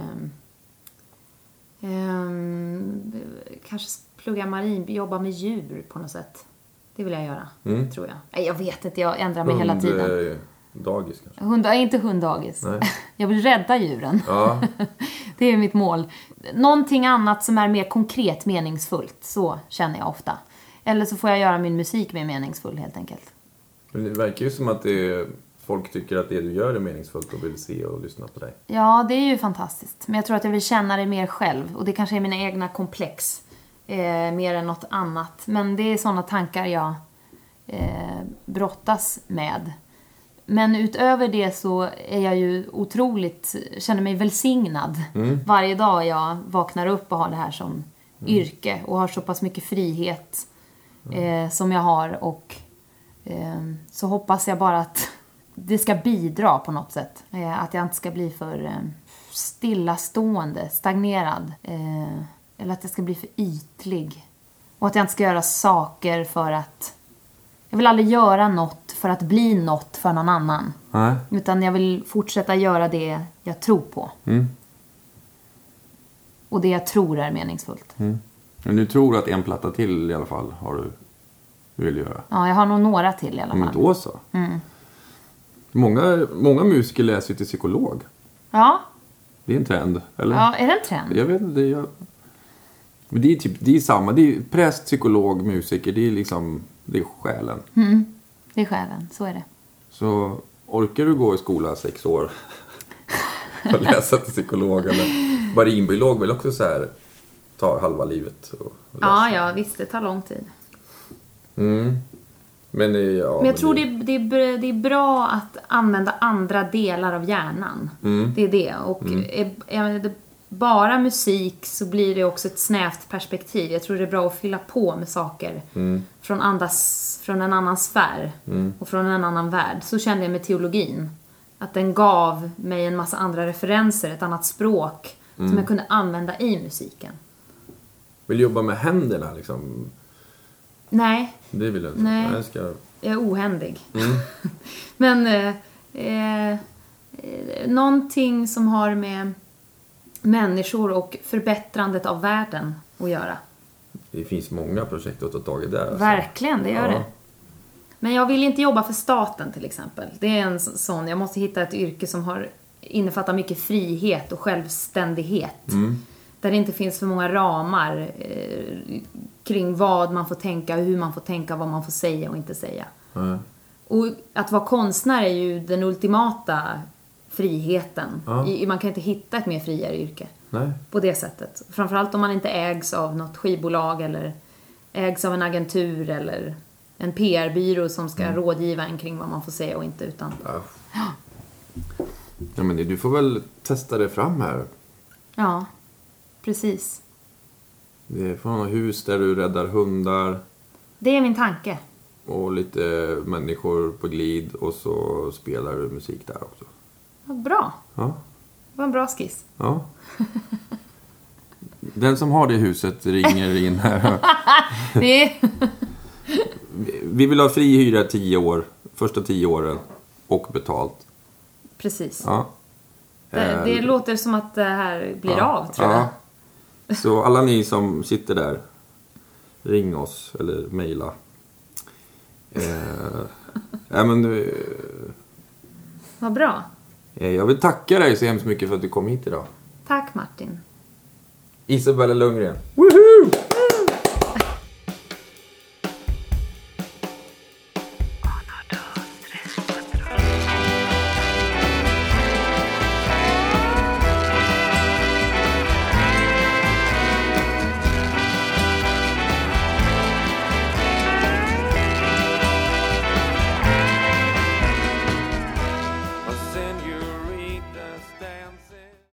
kanske plugga marin, jobba med djur på något sätt. Det vill jag göra, tror jag. Nej, jag vet inte, jag ändrar mig hela tiden. Dagis kanske? Inte hunddagis. Nej. Jag vill rädda djuren. Ja. Det är mitt mål. Någonting annat som är mer konkret meningsfullt, så känner jag ofta. Eller så får jag göra min musik mer meningsfull helt enkelt. Men det verkar ju som att folk tycker att det du gör är meningsfullt och vill se och lyssna på dig. Ja, det är ju fantastiskt. Men jag tror att jag vill känna det mer själv. Och det kanske är mina egna komplex. Mer än något annat. Men det är sådana tankar jag brottas med. Men utöver det så är jag ju känner mig välsignad. Varje dag jag vaknar upp och har det här som yrke. Och har så pass mycket frihet som jag har. Och så hoppas jag bara att det ska bidra på något sätt. Att jag inte ska bli för stillastående, stagnerad. Eller att jag ska bli för ytlig. Och att jag inte ska göra saker för att... Jag vill aldrig göra något för att bli något för någon annan. Nej. Utan jag vill fortsätta göra det jag tror på. Och det jag tror är meningsfullt. Men du tror att en platta till i alla fall har du vill göra? Ja, jag har nog några till i alla fall. Men då så. Många musiker läser ju till psykolog. Ja. Det är en trend, eller? Ja, är det en trend? Jag vet inte, men det är samma. Det är präst, psykolog, musiker. Det är liksom... Det är själen. Det är själen, så är det. Så orkar du gå i skola 6 år och läsa till psykolog, eller marinbiolog vill också så här ta halva livet och läsa. Ja, visst, det tar lång tid. Men jag tror det är bra att använda andra delar av hjärnan. Det är det. Och är det bara musik så blir det också ett snävt perspektiv. Jag tror det är bra att fylla på med saker från en annan sfär och från en annan värld. Så kände jag med teologin. Att den gav mig en massa andra referenser, ett annat språk som jag kunde använda i musiken. Vill jobba med händerna liksom. Nej. Det vill jag inte. Nej. Jag är ohändig. Men någonting som har med människor och förbättrandet av världen att göra. Det finns många projekt att ta tag i där. Alltså. Verkligen, det gör det. Men jag vill inte jobba för staten till exempel. Det är en sån, jag måste hitta ett yrke som innefattar mycket frihet och självständighet. Där det inte finns för många ramar kring vad man får tänka, hur man får tänka, vad man får säga och inte säga. Och att vara konstnär är ju den ultimata friheten. Man kan inte hitta ett mer friare yrke. Nej. På det sättet. Framförallt om man inte ägs av något skivbolag eller ägs av en agentur eller en PR-byrå som ska rådgiva en kring vad man får säga och inte utan. Ja, men du får väl testa det fram här. Ja, precis. Det får några hus där du räddar hundar. Det är min tanke. Och lite människor på glid och så spelar du musik där också. Ja, bra. Ja. Det var en bra skiss. Ja. Den som har det huset ringer in här. Vi vill ha fri hyra 10 år. Första 10 åren. Och betalt. Precis. Ja. Det låter som att det här blir av, tror jag. Så alla ni som sitter där, ring oss eller mejla. Vad bra. Jag vill tacka dig så hemskt mycket för att du kom hit idag. Tack Martin. Isabella Lundgren. Woohoo!